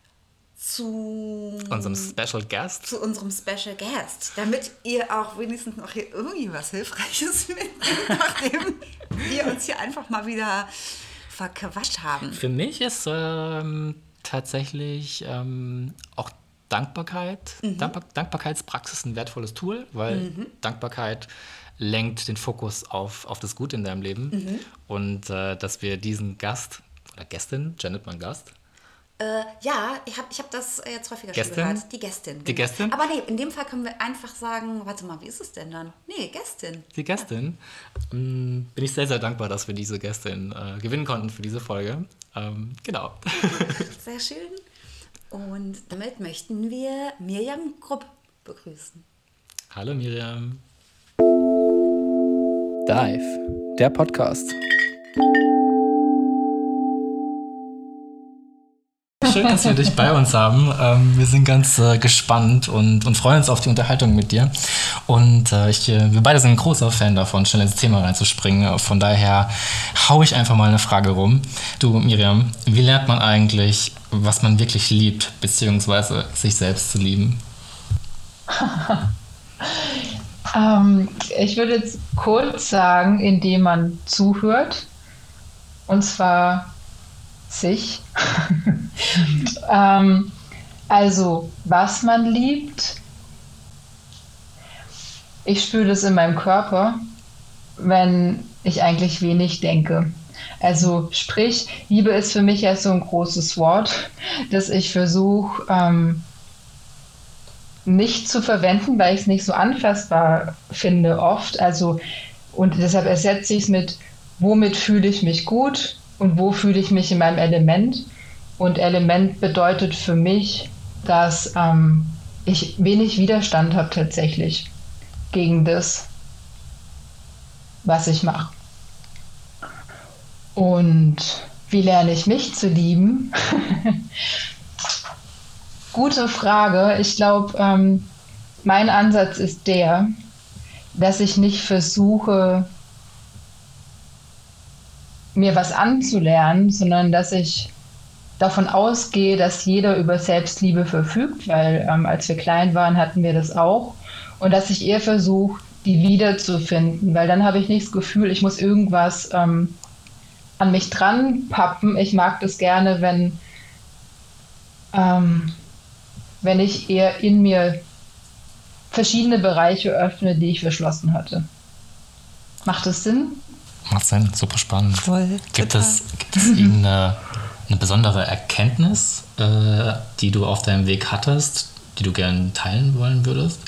zu unserem Special Guest. Zu unserem Special Guest, damit ihr auch wenigstens noch hier irgendwie was Hilfreiches mitnehmt, nachdem wir uns hier einfach mal wieder verquatscht haben. Für mich ist ähm, tatsächlich ähm, auch Dankbarkeit, mhm. Dankbar- Dankbarkeitspraxis ein wertvolles Tool, weil mhm. Dankbarkeit lenkt den Fokus auf, auf das Gute in deinem Leben. Mhm. Und äh, dass wir diesen Gast oder Gästin, gendet man Gast? Äh, ja, ich habe ich hab das jetzt häufiger schon gehört. Die Gästin. Genau. Die Gästin? Aber nee, in dem Fall können wir einfach sagen, warte mal, wie ist es denn dann? Nee, Gästin. Die Gästin. Ja. Bin ich sehr, sehr dankbar, dass wir diese Gästin äh, gewinnen konnten für diese Folge. Ähm, genau. Sehr schön. Und damit möchten wir Miriam Grupp begrüßen. Hallo Miriam. Dive, der Podcast. Schön, dass wir dich bei uns haben. Ähm, wir sind ganz äh, gespannt und, und freuen uns auf die Unterhaltung mit dir. Und äh, ich, äh, wir beide sind ein großer Fan davon, schnell ins Thema reinzuspringen. Von daher hau ich einfach mal eine Frage rum. Du, Miriam, wie lernt man eigentlich, was man wirklich liebt, beziehungsweise sich selbst zu lieben? ähm, ich würde jetzt kurz sagen, indem man zuhört. Und zwar sich. ähm, also, was man liebt. Ich spüre das in meinem Körper, wenn ich eigentlich wenig denke. Also sprich, Liebe ist für mich ja so ein großes Wort, das ich versuche ähm, nicht zu verwenden, weil ich es nicht so anfassbar finde oft. Also, und deshalb ersetze ich es mit, womit fühle ich mich gut und wo fühle ich mich in meinem Element. Und Element bedeutet für mich, dass ähm, ich wenig Widerstand habe tatsächlich gegen das, was ich mache. Und wie lerne ich mich zu lieben? Gute Frage. Ich glaube, ähm, mein Ansatz ist der, dass ich nicht versuche, mir was anzulernen, sondern dass ich davon ausgehe, dass jeder über Selbstliebe verfügt, weil ähm, als wir klein waren, hatten wir das auch. Und dass ich eher versuche, die wiederzufinden, weil dann habe ich nicht das Gefühl, ich muss irgendwas ähm, an mich dran pappen. Ich mag das gerne, wenn, ähm, wenn ich eher in mir verschiedene Bereiche öffne, die ich verschlossen hatte. Macht das Sinn? Macht Sinn, super spannend. Voll, gibt, es, gibt es irgendeine eine besondere Erkenntnis, äh, die du auf deinem Weg hattest, die du gerne teilen wollen würdest?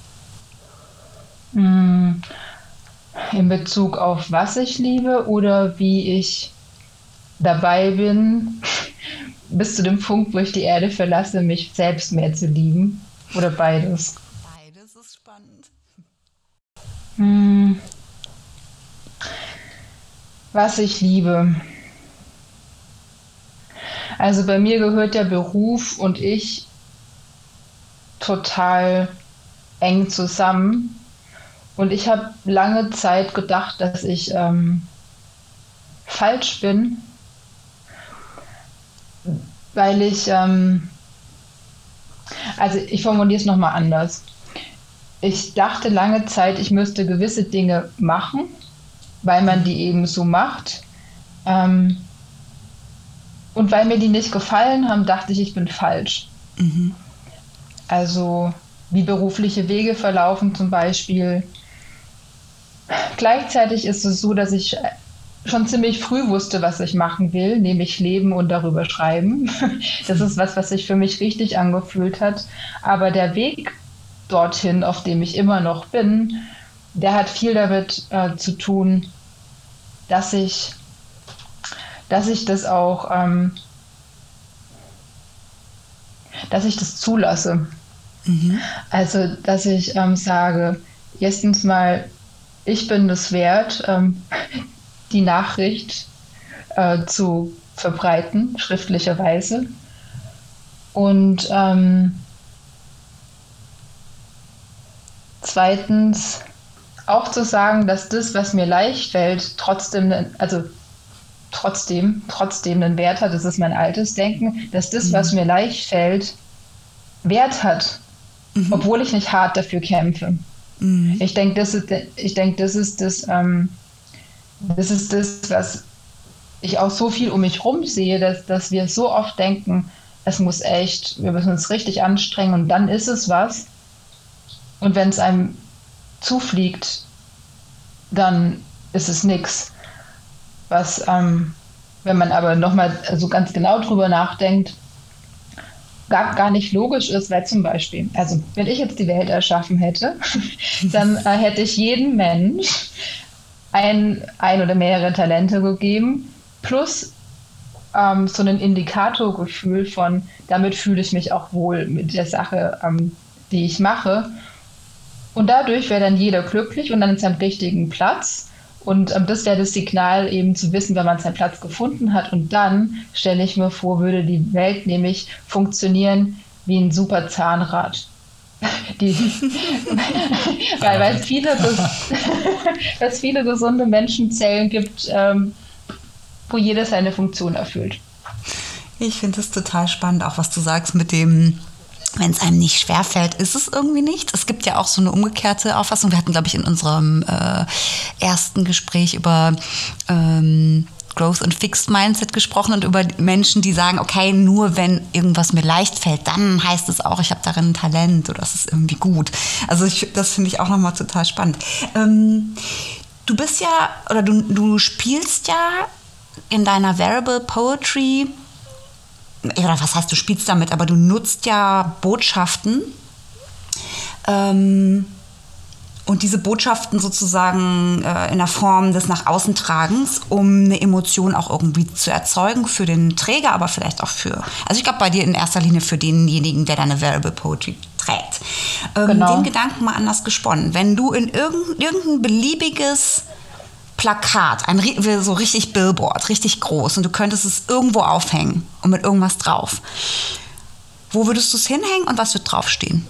In Bezug auf was ich liebe oder wie ich dabei bin, bis zu dem Punkt, wo ich die Erde verlasse, mich selbst mehr zu lieben? Oder beides? Beides ist spannend. Hm. Was ich liebe. Also bei mir gehört der Beruf und ich total eng zusammen. Und ich habe lange Zeit gedacht, dass ich ähm, falsch bin, weil ich, ähm, also ich formuliere es nochmal anders. Ich dachte lange Zeit, ich müsste gewisse Dinge machen, weil man die eben so macht. Ähm, und weil mir die nicht gefallen haben, dachte ich, ich bin falsch. Mhm. Also wie berufliche Wege verlaufen zum Beispiel. Gleichzeitig ist es so, dass ich schon ziemlich früh wusste, was ich machen will, nämlich leben und darüber schreiben. Das ist was, was sich für mich richtig angefühlt hat. Aber der Weg dorthin, auf dem ich immer noch bin, der hat viel damit äh, zu tun, dass ich, dass ich das auch, ähm, dass ich das zulasse. Mhm. Also, dass ich ähm, sage, erstens mal, ich bin es wert, ähm, die Nachricht äh, zu verbreiten, schriftlicherweise. Und ähm, zweitens auch zu sagen, dass das, was mir leicht fällt, trotzdem, also trotzdem, trotzdem einen Wert hat. Das ist mein altes Denken, dass das, mhm. was mir leicht fällt, Wert hat, mhm. obwohl ich nicht hart dafür kämpfe. Mhm. Ich denke, das ist, ich denke, das ist das, ähm, das ist das, was ich auch so viel um mich rum sehe, dass, dass wir so oft denken, es muss echt, wir müssen uns richtig anstrengen und dann ist es was. Und wenn es einem zufliegt, dann ist es nichts. Was, ähm, wenn man aber nochmal so ganz genau drüber nachdenkt, gar, gar nicht logisch ist, weil zum Beispiel, also wenn ich jetzt die Welt erschaffen hätte, dann äh, hätte ich jedem Mensch ein, ein oder mehrere Talente gegeben, plus ähm, so ein Indikatorgefühl von, damit fühle ich mich auch wohl mit der Sache, ähm, die ich mache. Und dadurch wäre dann jeder glücklich und dann in seinem richtigen Platz. Und ähm, das wäre das Signal, eben zu wissen, wenn man seinen Platz gefunden hat. Und dann stelle ich mir vor, würde die Welt nämlich funktionieren wie ein super Zahnrad. Die, weil weil es viele, weil es viele gesunde Menschenzellen gibt, ähm, wo jeder seine Funktion erfüllt. Ich finde es total spannend, auch was du sagst mit dem, wenn es einem nicht schwerfällt, ist es irgendwie nicht. Es gibt ja auch so eine umgekehrte Auffassung. Wir hatten, glaube ich, in unserem äh, ersten Gespräch über ähm, Growth und Fixed Mindset gesprochen und über Menschen, die sagen, okay, nur wenn irgendwas mir leicht fällt, dann heißt es auch, ich habe darin ein Talent oder das ist irgendwie gut. Also ich, das finde ich auch nochmal total spannend. Ähm, du bist ja, oder du, du spielst ja in deiner Variable Poetry, oder was heißt, du spielst damit, aber du nutzt ja Botschaften ähm, und diese Botschaften sozusagen äh, in der Form des nach außen Tragens, um eine Emotion auch irgendwie zu erzeugen für den Träger, aber vielleicht auch für, also ich glaube bei dir in erster Linie für denjenigen, der deine Variable Poetry trägt. Ähm, genau. Den Gedanken mal anders gesponnen. Wenn du in irgendein, irgendein beliebiges Plakat, ein so richtig Billboard, richtig groß und du könntest es irgendwo aufhängen und mit irgendwas drauf. Wo würdest du es hinhängen und was wird draufstehen?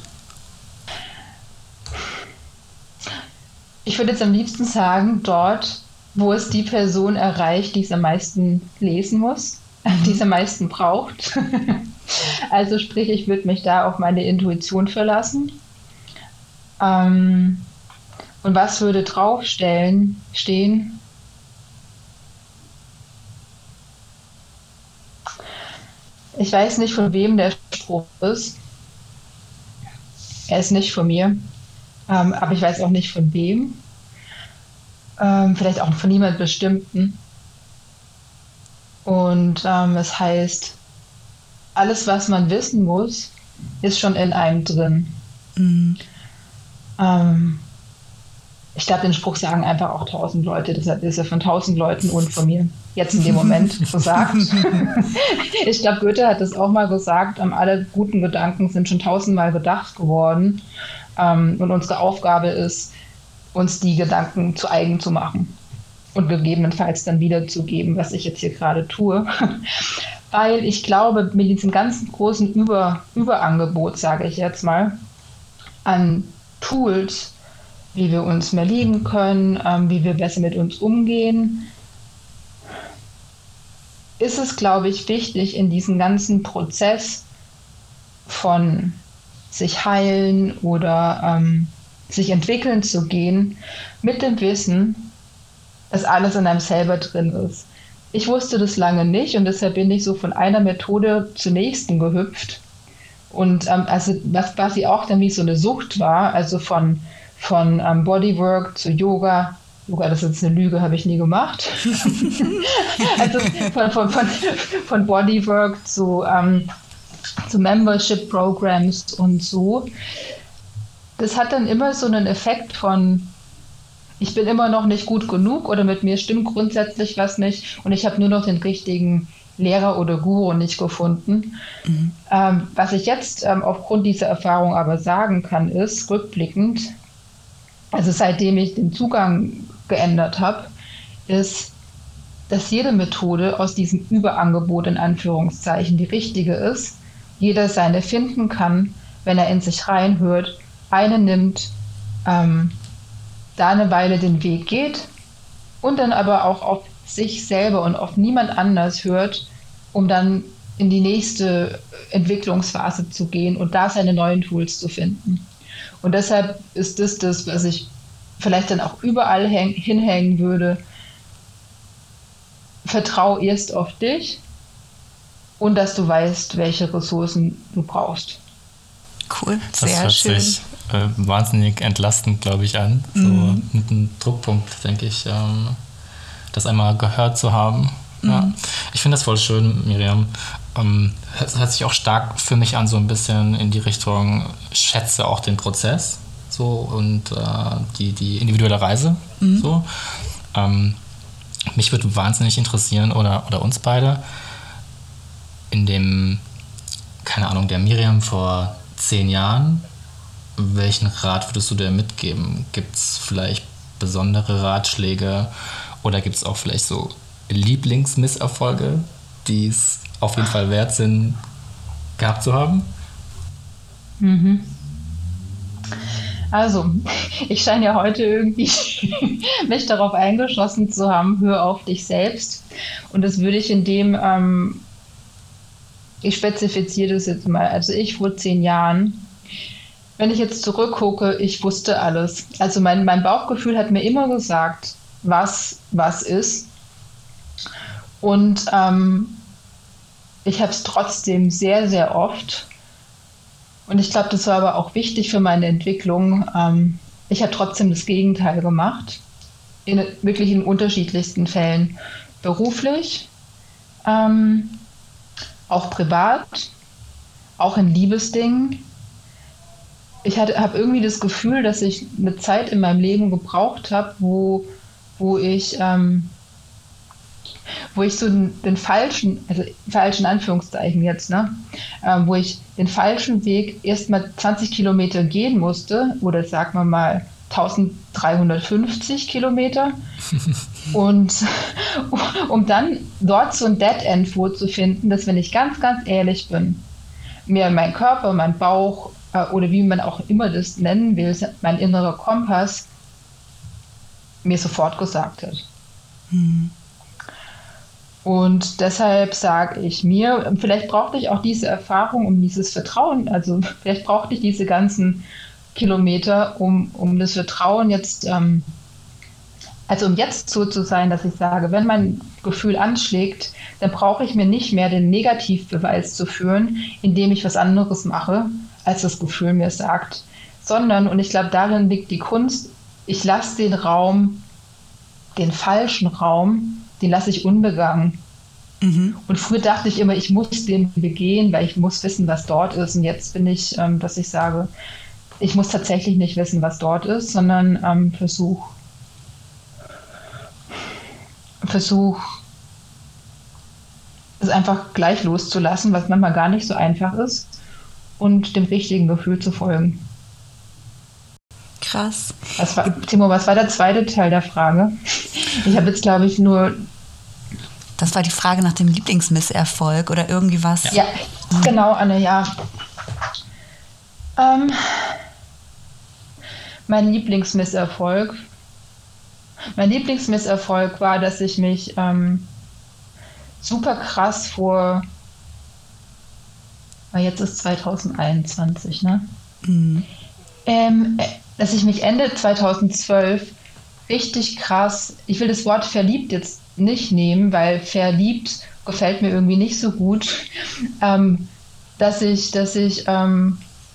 Ich würde jetzt am liebsten sagen, dort, wo es die Person erreicht, die es am meisten lesen muss, mhm. die es am meisten braucht. Also sprich, ich würde mich da auf meine Intuition verlassen. Ähm, Und was würde draufstellen, stehen? Ich weiß nicht, von wem der Spruch ist. Er ist nicht von mir, ähm, aber ich weiß auch nicht von wem. Ähm, vielleicht auch von niemand Bestimmten. Und ähm, es heißt, alles, was man wissen muss, ist schon in einem drin. Mhm. Ähm, Ich glaube, den Spruch sagen einfach auch tausend Leute. Deshalb ist er von tausend Leuten und von mir jetzt in dem Moment gesagt. Ich glaube, Goethe hat das auch mal gesagt. Alle guten Gedanken sind schon tausendmal gedacht geworden. Und unsere Aufgabe ist, uns die Gedanken zu eigen zu machen und gegebenenfalls dann wiederzugeben, was ich jetzt hier gerade tue. Weil ich glaube, mit diesem ganzen großen Über- Überangebot, sage ich jetzt mal, an Tools, wie wir uns mehr lieben können, ähm, wie wir besser mit uns umgehen, ist es, glaube ich, wichtig, in diesen ganzen Prozess von sich heilen oder ähm, sich entwickeln zu gehen, mit dem Wissen, dass alles in einem selber drin ist. Ich wusste das lange nicht und deshalb bin ich so von einer Methode zur nächsten gehüpft. Und ähm, also was quasi auch dann wie so eine Sucht war, also von von ähm, Bodywork zu Yoga. Yoga, das ist jetzt eine Lüge, habe ich nie gemacht. Also von, von, von, von Bodywork zu, ähm, zu Membership-Programs und so. Das hat dann immer so einen Effekt von, ich bin immer noch nicht gut genug oder mit mir stimmt grundsätzlich was nicht und ich habe nur noch den richtigen Lehrer oder Guru nicht gefunden. Mhm. Ähm, was ich jetzt ähm, aufgrund dieser Erfahrung aber sagen kann, ist, rückblickend, also seitdem ich den Zugang geändert habe, ist, dass jede Methode aus diesem Überangebot in Anführungszeichen die richtige ist, jeder seine finden kann, wenn er in sich reinhört, eine nimmt, ähm, da eine Weile den Weg geht und dann aber auch auf sich selber und auf niemand anders hört, um dann in die nächste Entwicklungsphase zu gehen und da seine neuen Tools zu finden. Und deshalb ist das das, was ich vielleicht dann auch überall häng, hinhängen würde. Vertrau erst auf dich und dass du weißt, welche Ressourcen du brauchst. Cool, sehr das hört schön. sich äh, wahnsinnig entlastend, glaube ich, an. So Mhm. mit einem Druckpunkt, denke ich, ähm, das einmal gehört zu haben. Mhm. Ja. Ich finde das voll schön, Miriam. Ähm, es hört sich auch stark für mich an, so ein bisschen in die Richtung, schätze auch den Prozess so und äh, die, die individuelle Reise. Mhm. So. Ähm, mich würde wahnsinnig interessieren, oder, oder uns beide, in dem, keine Ahnung, der Miriam vor zehn Jahren, welchen Rat würdest du dir mitgeben? Gibt es vielleicht besondere Ratschläge oder gibt es auch vielleicht so Lieblingsmisserfolge, die es auf jeden Fall wert sind, gehabt zu haben? Mhm. Also, ich scheine ja heute irgendwie mich darauf eingeschossen zu haben, hör auf dich selbst. Und das würde ich in dem, ähm, ich spezifiziere das jetzt mal, also ich vor zehn Jahren, wenn ich jetzt zurückgucke, ich wusste alles. Also mein, mein Bauchgefühl hat mir immer gesagt, was was ist. Und ähm, ich habe es trotzdem sehr, sehr oft. Und ich glaube, das war aber auch wichtig für meine Entwicklung. Ähm, ich habe trotzdem das Gegenteil gemacht. In wirklich in unterschiedlichsten Fällen. Beruflich, ähm, auch privat, auch in Liebesdingen. Ich habe irgendwie das Gefühl, dass ich eine Zeit in meinem Leben gebraucht habe, wo, wo ich ähm, wo ich so den, den falschen, also falschen Anführungszeichen jetzt, ne, ähm, wo ich den falschen Weg erstmal zwanzig Kilometer gehen musste, oder sagen wir mal dreizehnhundertfünfzig Kilometer, und um dann dort so ein Dead End vorzufinden, dass, wenn ich ganz, ganz ehrlich bin, mir mein Körper, mein Bauch äh, oder wie man auch immer das nennen will, mein innerer Kompass mir sofort gesagt hat. Hm. Und deshalb sage ich mir, vielleicht brauchte ich auch diese Erfahrung, um dieses Vertrauen, also vielleicht brauchte ich diese ganzen Kilometer, um, um das Vertrauen jetzt, ähm, also um jetzt so zu sein, dass ich sage, wenn mein Gefühl anschlägt, dann brauche ich mir nicht mehr den Negativbeweis zu führen, indem ich was anderes mache, als das Gefühl mir sagt, sondern, und ich glaube, darin liegt die Kunst, ich lasse den Raum, den falschen Raum, den lasse ich unbegangen. Mhm. Und früher dachte ich immer, ich muss den begehen, weil ich muss wissen, was dort ist. Und jetzt bin ich, ähm, dass ich sage, ich muss tatsächlich nicht wissen, was dort ist, sondern ähm, versuch, versuch, es einfach gleich loszulassen, was manchmal gar nicht so einfach ist, und dem richtigen Gefühl zu folgen. Krass. Was war, Timo, was war der zweite Teil der Frage? Ich habe jetzt, glaube ich, nur... Das war die Frage nach dem Lieblingsmisserfolg oder irgendwie was. Ja, mhm. Genau, Anne, ja. Ähm, mein Lieblingsmisserfolg. Mein Lieblingsmisserfolg war, dass ich mich ähm, super krass vor... Jetzt ist zwanzig einundzwanzig, ne? Mhm. Ähm, dass ich mich Ende zweitausendzwölf richtig krass, ich will das Wort verliebt jetzt nicht nehmen, weil verliebt gefällt mir irgendwie nicht so gut, ähm, dass ich, dass ich, ähm,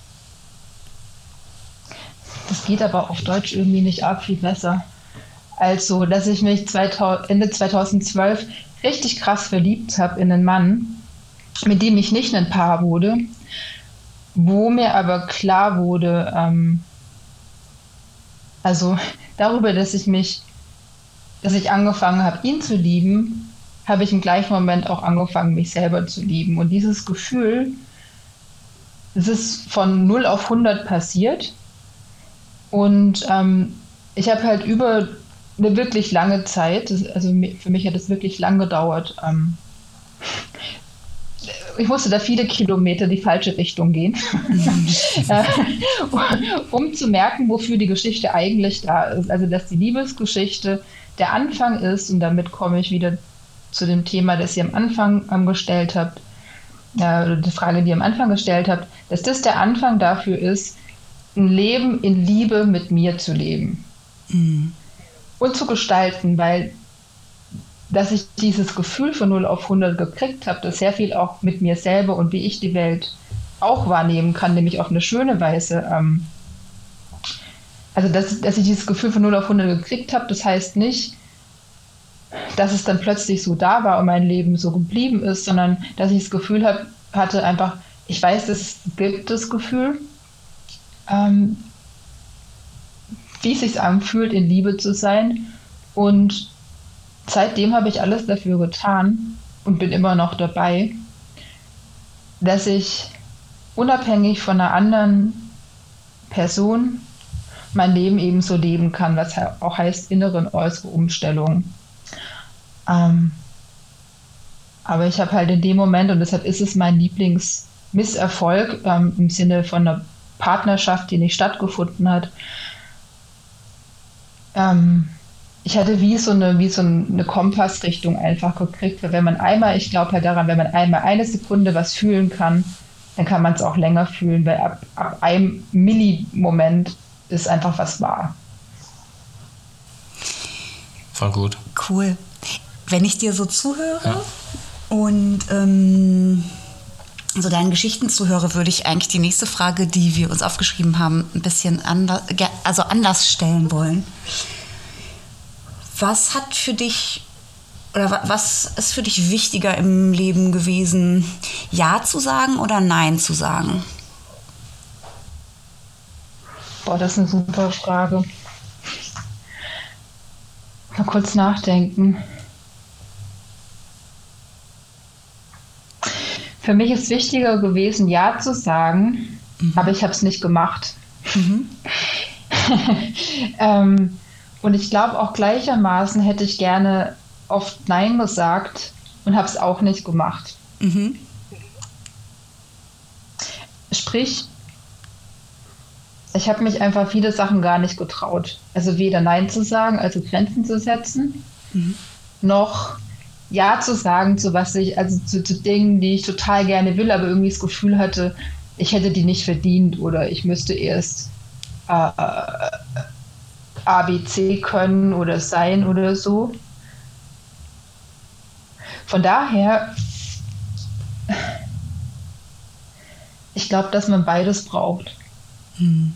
das geht aber auf Deutsch irgendwie nicht ab, viel besser. Also, dass ich mich zweitausend, Ende zweitausendzwölf richtig krass verliebt habe in einen Mann, mit dem ich nicht ein Paar wurde, wo mir aber klar wurde, ähm, also darüber, dass ich mich, dass ich angefangen habe, ihn zu lieben, habe ich im gleichen Moment auch angefangen, mich selber zu lieben. Und dieses Gefühl, es ist von null auf hundert passiert. Und ähm, ich habe halt über eine wirklich lange Zeit, das, also für mich hat es wirklich lang gedauert, ähm, ich musste da viele Kilometer die falsche Richtung gehen, um zu merken, wofür die Geschichte eigentlich da ist. Also, dass die Liebesgeschichte der Anfang ist, und damit komme ich wieder zu dem Thema, das ihr am Anfang ähm, gestellt habt, äh, die Frage, die ihr am Anfang gestellt habt, dass das der Anfang dafür ist, ein Leben in Liebe mit mir zu leben. Mhm. Und zu gestalten, weil dass ich dieses Gefühl von null auf hundert gekriegt habe, das sehr viel auch mit mir selber und wie ich die Welt auch wahrnehmen kann, nämlich auf eine schöne Weise. Ähm, also, dass, dass ich dieses Gefühl von null auf hundert gekriegt habe, das heißt nicht, dass es dann plötzlich so da war und mein Leben so geblieben ist, sondern dass ich das Gefühl hab, hatte einfach, ich weiß, es gibt das Gefühl, ähm, wie es sich anfühlt, in Liebe zu sein, und seitdem habe ich alles dafür getan und bin immer noch dabei, dass ich unabhängig von einer anderen Person mein Leben eben so leben kann, was auch heißt innere und äußere Umstellung. Ähm, aber ich habe halt in dem Moment, und deshalb ist es mein Lieblingsmisserfolg ähm, im Sinne von einer Partnerschaft, die nicht stattgefunden hat, ähm, ich hatte wie so eine, wie so eine Kompassrichtung einfach gekriegt, weil wenn man einmal, ich glaube halt daran, wenn man einmal eine Sekunde was fühlen kann, dann kann man es auch länger fühlen, weil ab, ab einem Millimoment ist einfach was wahr. Voll gut. Cool. Wenn ich dir so zuhöre ja. und ähm, so deinen Geschichten zuhöre, würde ich eigentlich die nächste Frage, die wir uns aufgeschrieben haben, ein bisschen anders, also anders stellen wollen. Was hat für dich, oder was ist für dich wichtiger im Leben gewesen, Ja zu sagen oder Nein zu sagen? Boah, das ist eine super Frage. Mal kurz nachdenken. Für mich ist wichtiger gewesen, Ja zu sagen, mhm. aber ich habe es nicht gemacht. Mhm. ähm, Und ich glaube auch gleichermaßen hätte ich gerne oft Nein gesagt und habe es auch nicht gemacht. Mhm. Sprich, ich habe mich einfach viele Sachen gar nicht getraut. Also weder Nein zu sagen, also Grenzen zu setzen, mhm. noch Ja zu sagen zu was ich, also zu, zu Dingen, die ich total gerne will, aber irgendwie das Gefühl hatte, ich hätte die nicht verdient oder ich müsste erst äh, A, B, C können oder sein oder so. Von daher, ich glaube, dass man beides braucht. Hm.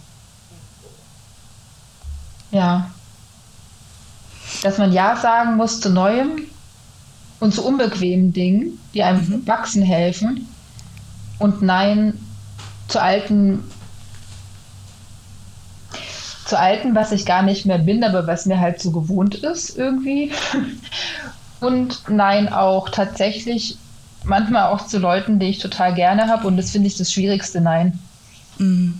Ja. Dass man Ja sagen muss zu Neuem und zu unbequemen Dingen, die einem mhm. wachsen helfen, und Nein zu alten zu Alten, was ich gar nicht mehr bin, aber was mir halt so gewohnt ist irgendwie. Und Nein auch tatsächlich manchmal auch zu Leuten, die ich total gerne habe, und das finde ich das schwierigste Nein. Mhm.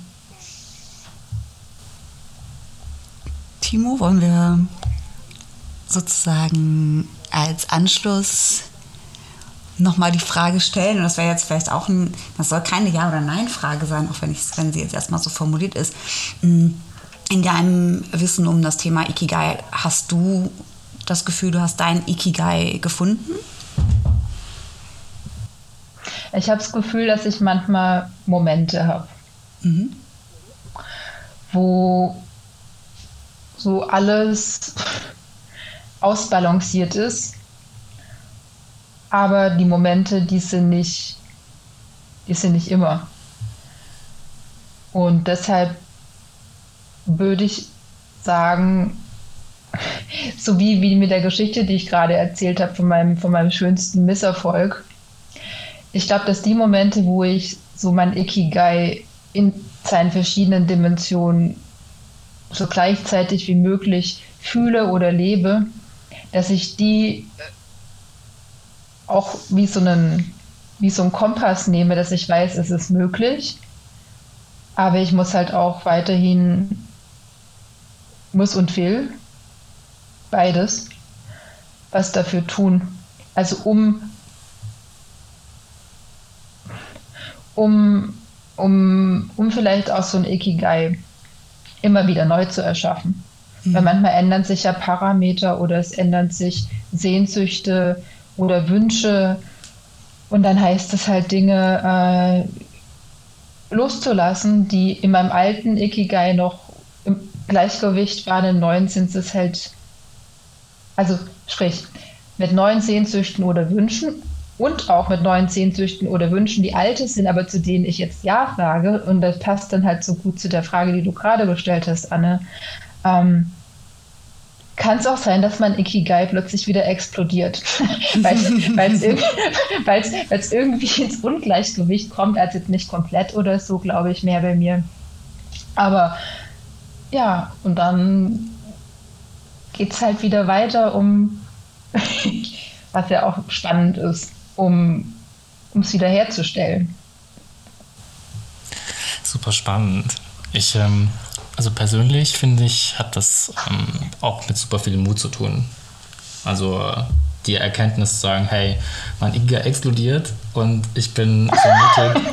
Timo, wollen wir sozusagen als Anschluss nochmal die Frage stellen, und das wäre jetzt vielleicht auch ein, das soll keine Ja- oder Nein-Frage sein, auch wenn, ich, wenn sie jetzt erstmal so formuliert ist. In deinem Wissen um das Thema Ikigai, hast du das Gefühl, du hast dein Ikigai gefunden? Ich habe das Gefühl, dass ich manchmal Momente habe, mhm. wo so alles ausbalanciert ist, aber die Momente, die sind nicht, die sind nicht immer. Und deshalb würde ich sagen, so wie, wie mit der Geschichte, die ich gerade erzählt habe von meinem, von meinem schönsten Misserfolg, ich glaube, dass die Momente, wo ich so mein Ikigai in seinen verschiedenen Dimensionen so gleichzeitig wie möglich fühle oder lebe, dass ich die auch wie so einen, wie so einen Kompass nehme, dass ich weiß, es ist möglich. Aber ich muss halt auch weiterhin, muss und will, beides, was dafür tun. Also um, um, um, um vielleicht auch so ein Ikigai immer wieder neu zu erschaffen. Mhm. Weil manchmal ändern sich ja Parameter oder es ändern sich Sehnsüchte oder Wünsche und dann heißt es halt Dinge äh, loszulassen, die in meinem alten Ikigai noch im Gleichgewicht waren, im neuen sind es halt, also sprich, mit neuen Sehnsüchten oder Wünschen und auch mit neuen Sehnsüchten oder Wünschen, die alte sind, aber zu denen ich jetzt Ja sage. Und das passt dann halt so gut zu der Frage, die du gerade gestellt hast, Anne. Ähm, kann es auch sein, dass mein Ikigai plötzlich wieder explodiert, weil es irgendwie ins Ungleichgewicht kommt, also jetzt nicht komplett oder so, glaube ich, mehr bei mir. Aber ja, und dann geht es halt wieder weiter um, was ja auch spannend ist, um es wieder herzustellen. Super spannend. Ich, ähm, also persönlich finde ich, hat das ähm, auch mit super viel Mut zu tun. Also äh, die Erkenntnis zu sagen, hey, mein Ikigai explodiert und ich bin so mutig,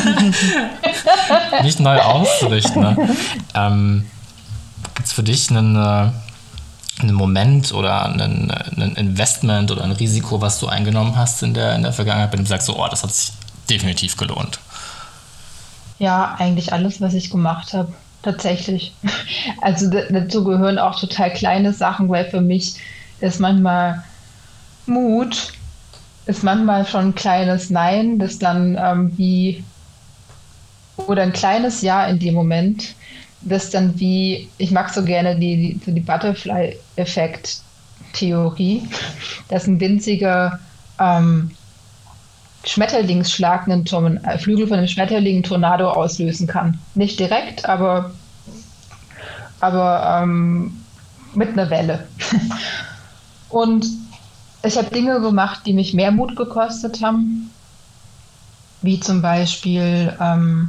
nicht neu auszurichten. Ne? Ähm, Gibt es für dich einen, äh, einen Moment oder einen, einen Investment oder ein Risiko, was du eingenommen hast in der, in der Vergangenheit, bei dem du sagst, so, oh, das hat sich definitiv gelohnt? Ja, eigentlich alles, was ich gemacht habe, tatsächlich. Also dazu gehören auch total kleine Sachen, weil für mich ist manchmal Mut, ist manchmal schon ein kleines Nein, das dann ähm, wie, oder ein kleines Ja in dem Moment, das dann wie, ich mag so gerne die, die, die Butterfly-Effekt-Theorie, dass ein winziger ähm, Schmetterlingsschlag einen Torn- Flügel von einem Schmetterling einen Tornado auslösen kann. Nicht direkt, aber, aber ähm, mit einer Welle. Und ich habe Dinge gemacht, die mich mehr Mut gekostet haben, wie zum Beispiel ähm,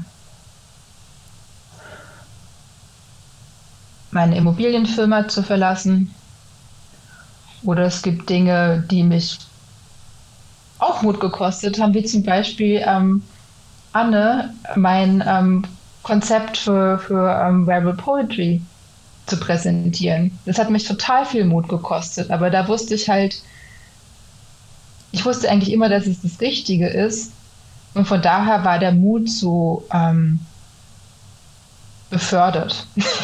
meine Immobilienfirma zu verlassen. Oder es gibt Dinge, die mich auch Mut gekostet haben, wie zum Beispiel ähm, Anne mein ähm, Konzept für, für ähm, Verbal Poetry zu präsentieren. Das hat mich total viel Mut gekostet, aber da wusste ich halt, ich wusste eigentlich immer, dass es das Richtige ist und von daher war der Mut so ähm, befördert.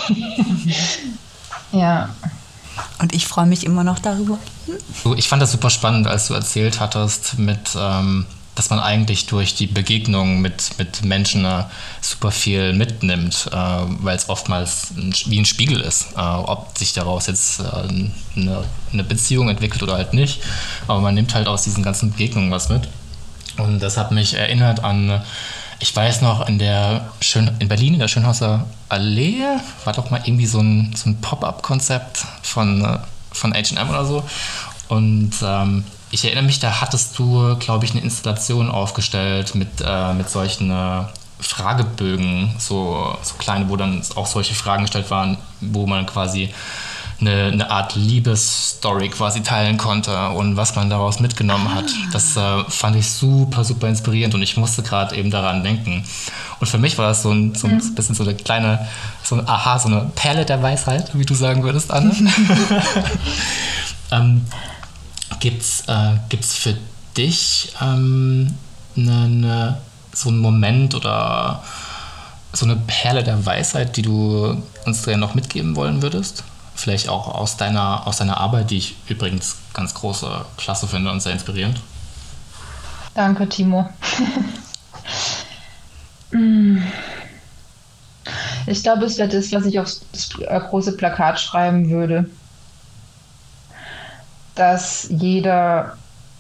Ja. Und ich freue mich immer noch darüber. Hm? Ich fand das super spannend, als du erzählt hattest, mit, ähm, dass man eigentlich durch die Begegnung mit, mit Menschen äh, super viel mitnimmt, äh, weil es oftmals ein, wie ein Spiegel ist, äh, ob sich daraus jetzt äh, eine, eine Beziehung entwickelt oder halt nicht. Aber man nimmt halt aus diesen ganzen Begegnungen was mit. Und das hat mich erinnert an, ich weiß noch, in der Schön, in Berlin, in der Schönhauser Allee, war doch mal irgendwie so ein, so ein Pop-up-Konzept von, von H und M oder so. Und ähm, ich erinnere mich, da hattest du, glaube ich, eine Installation aufgestellt mit, äh, mit solchen äh, Fragebögen, so, so kleine, wo dann auch solche Fragen gestellt waren, wo man quasi eine, eine Art Liebesstory quasi teilen konnte und was man daraus mitgenommen hat. Das äh, fand ich super, super inspirierend und ich musste gerade eben daran denken. Und für mich war das so ein, so ein mhm. bisschen so eine kleine, so ein Aha, so eine Perle der Weisheit, wie du sagen würdest, Anne. ähm, gibt's, äh, gibt's für dich ähm, eine, eine, so einen Moment oder so eine Perle der Weisheit, die du uns da noch mitgeben wollen würdest? Vielleicht auch aus deiner, aus deiner Arbeit, die ich übrigens ganz große Klasse finde und sehr inspirierend. Danke, Timo. Ich glaube, es wäre das, was ich aufs große Plakat schreiben würde. Dass jeder,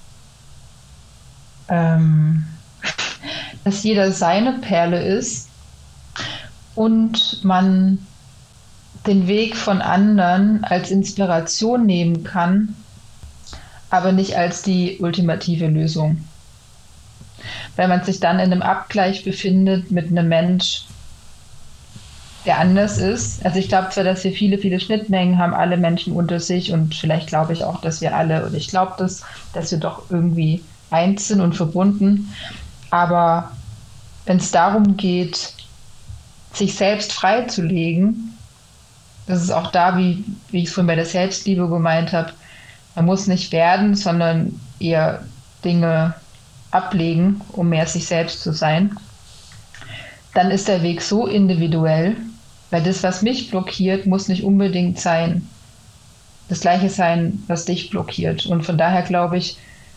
ähm, dass jeder seine Perle ist und man den Weg von anderen als Inspiration nehmen kann, aber nicht als die ultimative Lösung. Weil man sich dann in einem Abgleich befindet mit einem Mensch, der anders ist. Also ich glaube zwar, dass wir viele, viele Schnittmengen haben, alle Menschen unter sich, und vielleicht glaube ich auch, dass wir alle, und ich glaube das, dass wir doch irgendwie eins sind und verbunden. Aber wenn es darum geht, sich selbst freizulegen, das ist auch da, wie, wie ich es vorhin bei der Selbstliebe gemeint habe, man muss nicht werden, sondern eher Dinge ablegen, um mehr sich selbst zu sein, dann ist der Weg so individuell, weil das, was mich blockiert, muss nicht unbedingt sein, das Gleiche sein, was dich blockiert. Und von daher glaube ich,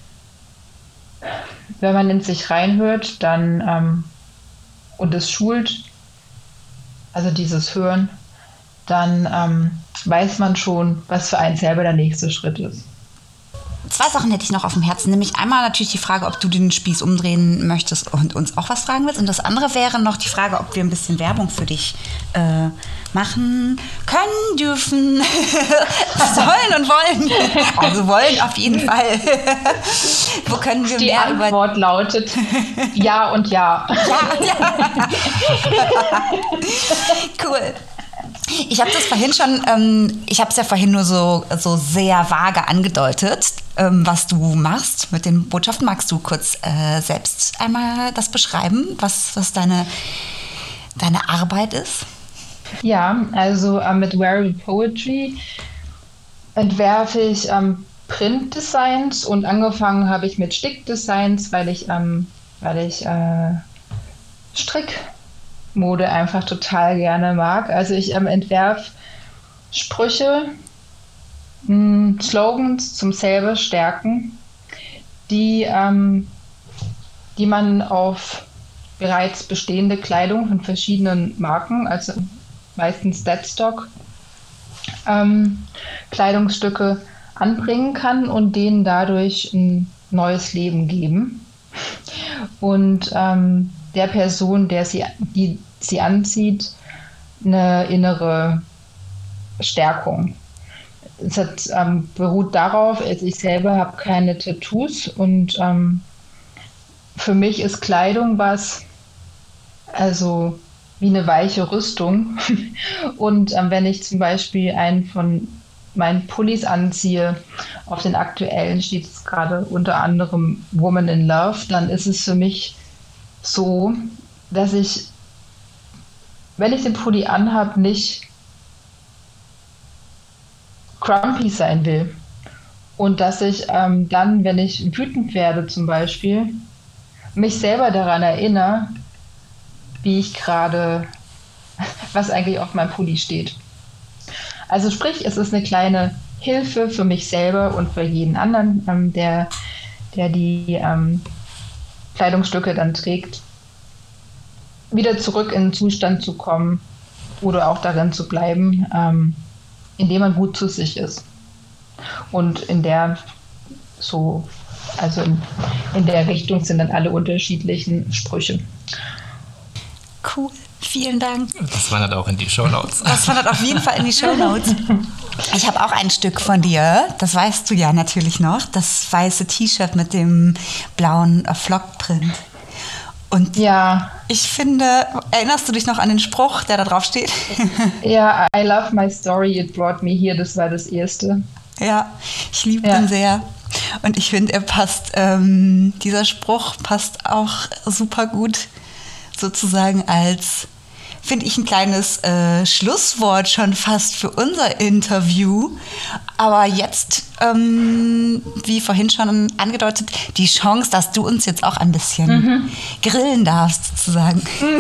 wenn man in sich reinhört, dann ähm, und es schult, also dieses Hören, dann ähm, weiß man schon, was für einen selber der nächste Schritt ist. Zwei Sachen hätte ich noch auf dem Herzen, nämlich einmal natürlich die Frage, ob du den Spieß umdrehen möchtest und uns auch was fragen willst. Und das andere wäre noch die Frage, ob wir ein bisschen Werbung für dich äh, machen können, dürfen, sollen und wollen. Also wollen auf jeden Fall. Wo können wir die mehr Antwort über... Die lautet ja und ja. Ja, ja. Cool. Ich habe das vorhin schon, ähm, ich habe es ja vorhin nur so, so sehr vage angedeutet, ähm, was du machst mit den Botschaften. Magst du kurz äh, selbst einmal das beschreiben, was, was deine, deine Arbeit ist? Ja, also äh, mit Wearable Poetry entwerfe ich ähm, Printdesigns, und angefangen habe ich mit Stickdesigns, weil ich, ähm, weil ich äh, Strick Mode einfach total gerne mag. Also ich ähm, entwerfe Sprüche, mh, Slogans zum selber stärken, die, ähm, die man auf bereits bestehende Kleidung von verschiedenen Marken, also meistens Deadstock, ähm, Kleidungsstücke anbringen kann und denen dadurch ein neues Leben geben. Und ähm, der Person, der sie, die sie anzieht, eine innere Stärkung. Es hat, ähm, beruht darauf, also ich selber habe keine Tattoos, und ähm, für mich ist Kleidung was, also wie eine weiche Rüstung. Und ähm, wenn ich zum Beispiel einen von meinen Pullis anziehe, auf den aktuellen steht es gerade unter anderem Woman in Love, dann ist es für mich so, dass ich, wenn ich den Pulli anhab, nicht grumpy sein will. Und dass ich ähm, dann, wenn ich wütend werde zum Beispiel, mich selber daran erinnere, wie ich gerade, was eigentlich auf meinem Pulli steht. Also sprich, es ist eine kleine Hilfe für mich selber und für jeden anderen, ähm, der, der die ähm, Kleidungsstücke dann trägt, wieder zurück in den Zustand zu kommen oder auch darin zu bleiben, ähm, indem man gut zu sich ist. Und in der so, also in, in der Richtung sind dann alle unterschiedlichen Sprüche. Cool, vielen Dank. Das wandert auch in die Shownotes. Das wandert auf jeden Fall in die Shownotes. Ich habe auch ein Stück von dir, das weißt du ja natürlich noch, das weiße T-Shirt mit dem blauen Flockprint. Und ja, ich finde, erinnerst du dich noch an den Spruch, der da drauf steht? Ja, I love my story, it brought me here, das war das erste. Ja, ich liebe ja. den sehr. Und ich finde, er passt, ähm, dieser Spruch passt auch super gut sozusagen als, finde ich, ein kleines äh, Schlusswort schon fast für unser Interview. Aber jetzt, ähm, wie vorhin schon angedeutet, die Chance, dass du uns jetzt auch ein bisschen mhm. grillen darfst, sozusagen.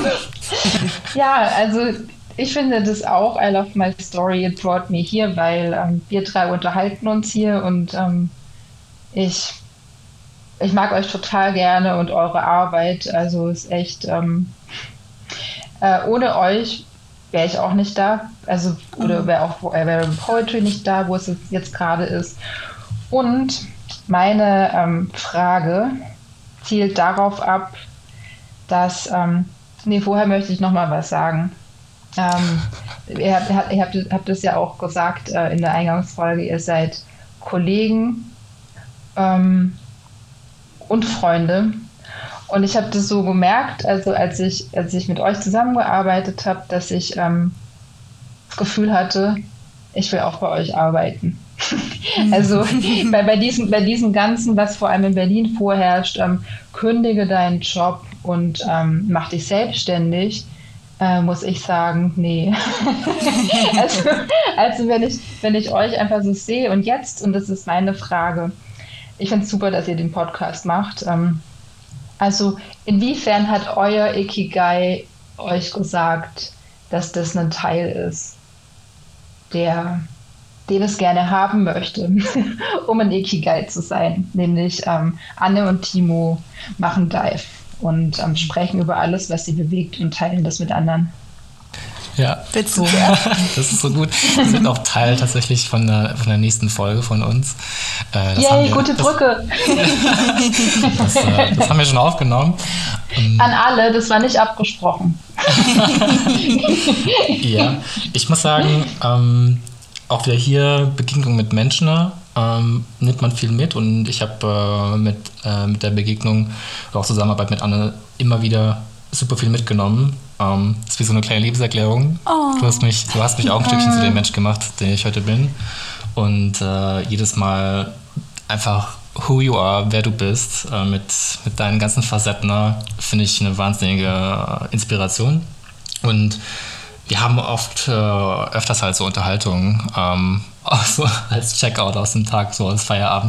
Ja, also ich finde das auch, I love my story, it brought me here, weil ähm, wir drei unterhalten uns hier, und ähm, ich, ich mag euch total gerne und eure Arbeit. Also ist echt, ähm, äh, ohne euch wäre ich auch nicht da. Also, oder wäre auch wäre Poetry nicht da, wo es jetzt gerade ist. Und meine ähm, Frage zielt darauf ab, dass, ähm, nee, vorher möchte ich noch mal was sagen. Ähm, ihr habt, ihr habt, habt es ja auch gesagt äh, in der Eingangsfolge, ihr seid Kollegen ähm, und Freunde. Und ich habe das so gemerkt, also als ich, als ich mit euch zusammengearbeitet habe, dass ich ähm, das Gefühl hatte, ich will auch bei euch arbeiten. Also bei, bei, diesem, bei diesem Ganzen, was vor allem in Berlin vorherrscht, ähm, kündige deinen Job und ähm, mach dich selbstständig, äh, muss ich sagen, nee. also also wenn, ich, wenn ich euch einfach so sehe und jetzt, und das ist meine Frage, ich finde es super, dass ihr den Podcast macht. Ähm, also inwiefern hat euer Ikigai euch gesagt, dass das ein Teil ist, der den es gerne haben möchte, um ein Ikigai zu sein. Nämlich ähm, Anne und Timo machen Dive und ähm, sprechen über alles, was sie bewegt und teilen das mit anderen. Ja, Willst du? Das ist so gut. Das wird auch Teil tatsächlich von der, von der nächsten Folge von uns. Äh, das Yay, haben wir, gute das, Brücke! Das, äh, das haben wir schon aufgenommen. Ähm, An alle, das war nicht abgesprochen. Ja, ich muss sagen, ähm, auch wieder hier Begegnung mit Menschen, ähm, nimmt man viel mit und ich habe äh, mit, äh, mit der Begegnung oder auch Zusammenarbeit mit Anne immer wieder super viel mitgenommen. Ähm, das ist wie so eine kleine Liebeserklärung. Oh. Du hast mich, du hast mich auch ein Stückchen zu dem Mensch gemacht, der ich heute bin. Und äh, jedes Mal einfach who you are, wer du bist, äh, mit, mit deinen ganzen Facetten, finde ich eine wahnsinnige Inspiration. Und wir haben oft äh, öfters halt so Unterhaltungen, ähm, auch so als Checkout aus dem Tag, so als Feierabend,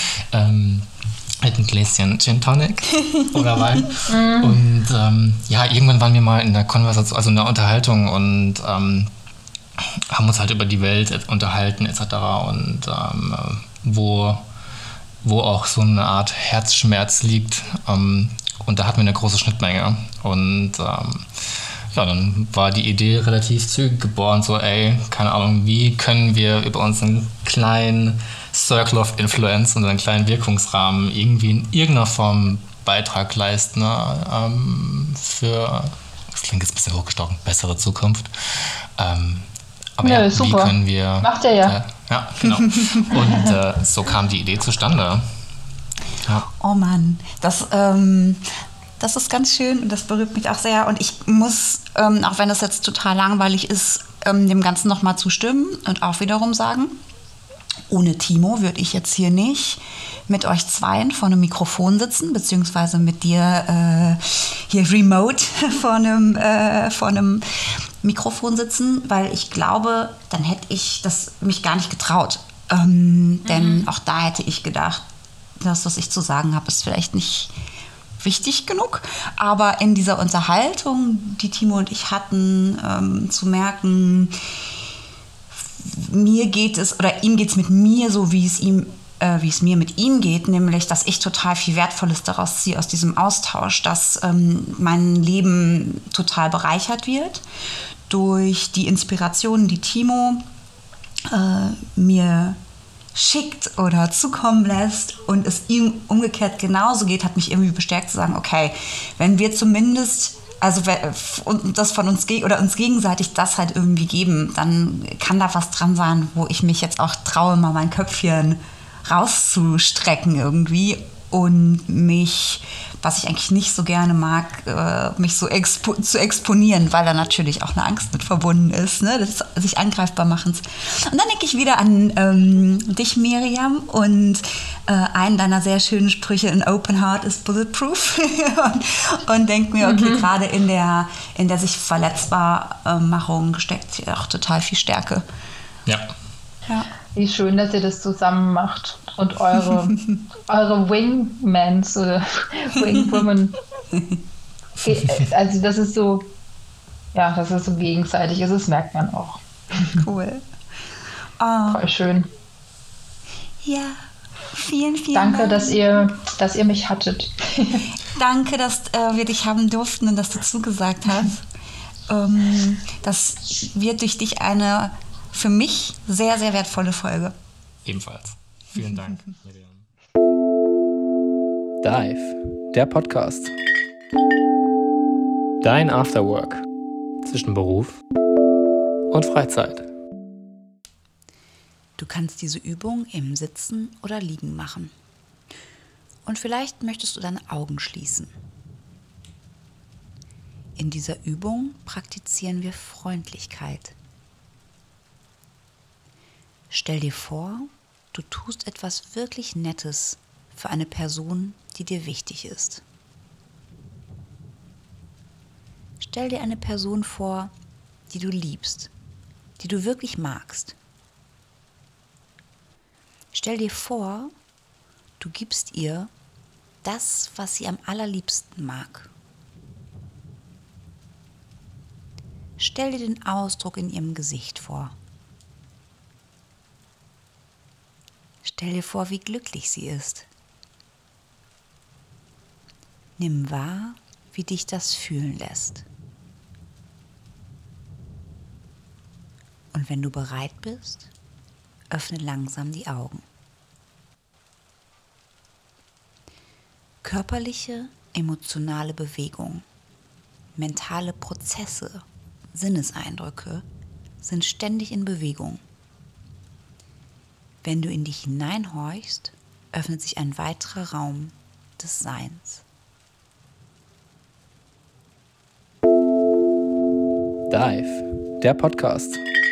ähm, mit einem Gläschen Gin Tonic oder Wein. Und ähm, ja, irgendwann waren wir mal in der Konversation, also in der Unterhaltung und ähm, haben uns halt über die Welt unterhalten et cetera. Und ähm, wo, wo auch so eine Art Herzschmerz liegt. Ähm, und da hatten wir eine große Schnittmenge. Und ähm, ja, dann war die Idee relativ zügig geboren, so ey, keine Ahnung, wie können wir über unseren kleinen Circle of Influence, unseren kleinen Wirkungsrahmen irgendwie in irgendeiner Form Beitrag leisten, ne? ähm, für, das klingt jetzt ein bisschen hochgestochen, bessere Zukunft. Ähm, aber Nö, ja, super. wie können wir... Macht er ja. Äh, ja, genau. Und äh, so kam die Idee zustande. Ja. Oh Mann, das, ähm, das ist ganz schön und das berührt mich auch sehr. Und ich muss, ähm, auch wenn das jetzt total langweilig ist, ähm, dem Ganzen nochmal zustimmen und auch wiederum sagen, ohne Timo würde ich jetzt hier nicht mit euch zweien vor einem Mikrofon sitzen, beziehungsweise mit dir äh, hier remote vor einem, äh, vor einem Mikrofon sitzen, weil ich glaube, dann hätte ich das mich gar nicht getraut. Ähm, mhm. Denn auch da hätte ich gedacht, das, was ich zu sagen habe, ist vielleicht nicht wichtig genug. Aber in dieser Unterhaltung, die Timo und ich hatten, ähm, zu merken, mir geht es, oder ihm geht es mit mir so, wie es ihm, äh, wie es mir mit ihm geht, nämlich, dass ich total viel Wertvolles daraus ziehe, aus diesem Austausch, dass ähm, mein Leben total bereichert wird durch die Inspirationen, die Timo äh, mir schickt oder zukommen lässt und es ihm umgekehrt genauso geht, hat mich irgendwie bestärkt zu sagen, okay, wenn wir zumindest also das von uns oder uns gegenseitig das halt irgendwie geben, dann kann da was dran sein, wo ich mich jetzt auch traue, mal mein Köpfchen rauszustrecken irgendwie und mich, was ich eigentlich nicht so gerne mag, äh, mich so expo- zu exponieren, weil da natürlich auch eine Angst mit verbunden ist, ne, des sich angreifbar machens. Und dann denke ich wieder an ähm, dich, Miriam, und äh, einen deiner sehr schönen Sprüche, an open heart is bulletproof und, und denke mir, okay, mhm. gerade in der, in der sich Verletzbarmachung steckt auch total viel Stärke. Ja. Ja. Wie schön, dass ihr das zusammen macht und eure, eure Wingmans oder Wingwomen. Also das ist so, ja, das ist so gegenseitig. Das merkt man auch. Cool. Oh. Voll schön. Ja, vielen, vielen Danke, Dank. dass ihr, dass ihr mich hattet. Danke, dass äh, wir dich haben durften und dass du zugesagt hast. ähm, das wird durch dich eine für mich sehr, sehr wertvolle Folge. Ebenfalls. Vielen Dank, Miriam. Dive, der Podcast. Dein Afterwork zwischen Beruf und Freizeit. Du kannst diese Übung im Sitzen oder Liegen machen. Und vielleicht möchtest du deine Augen schließen. In dieser Übung praktizieren wir Freundlichkeit. Stell dir vor, du tust etwas wirklich Nettes für eine Person, die dir wichtig ist. Stell dir eine Person vor, die du liebst, die du wirklich magst. Stell dir vor, du gibst ihr das, was sie am allerliebsten mag. Stell dir den Ausdruck in ihrem Gesicht vor. Stell dir vor, wie glücklich sie ist. Nimm wahr, wie dich das fühlen lässt. Und wenn du bereit bist, öffne langsam die Augen. Körperliche, emotionale Bewegung, mentale Prozesse, Sinneseindrücke sind ständig in Bewegung. Wenn du in dich hineinhorchst, öffnet sich ein weiterer Raum des Seins. Dive, der Podcast.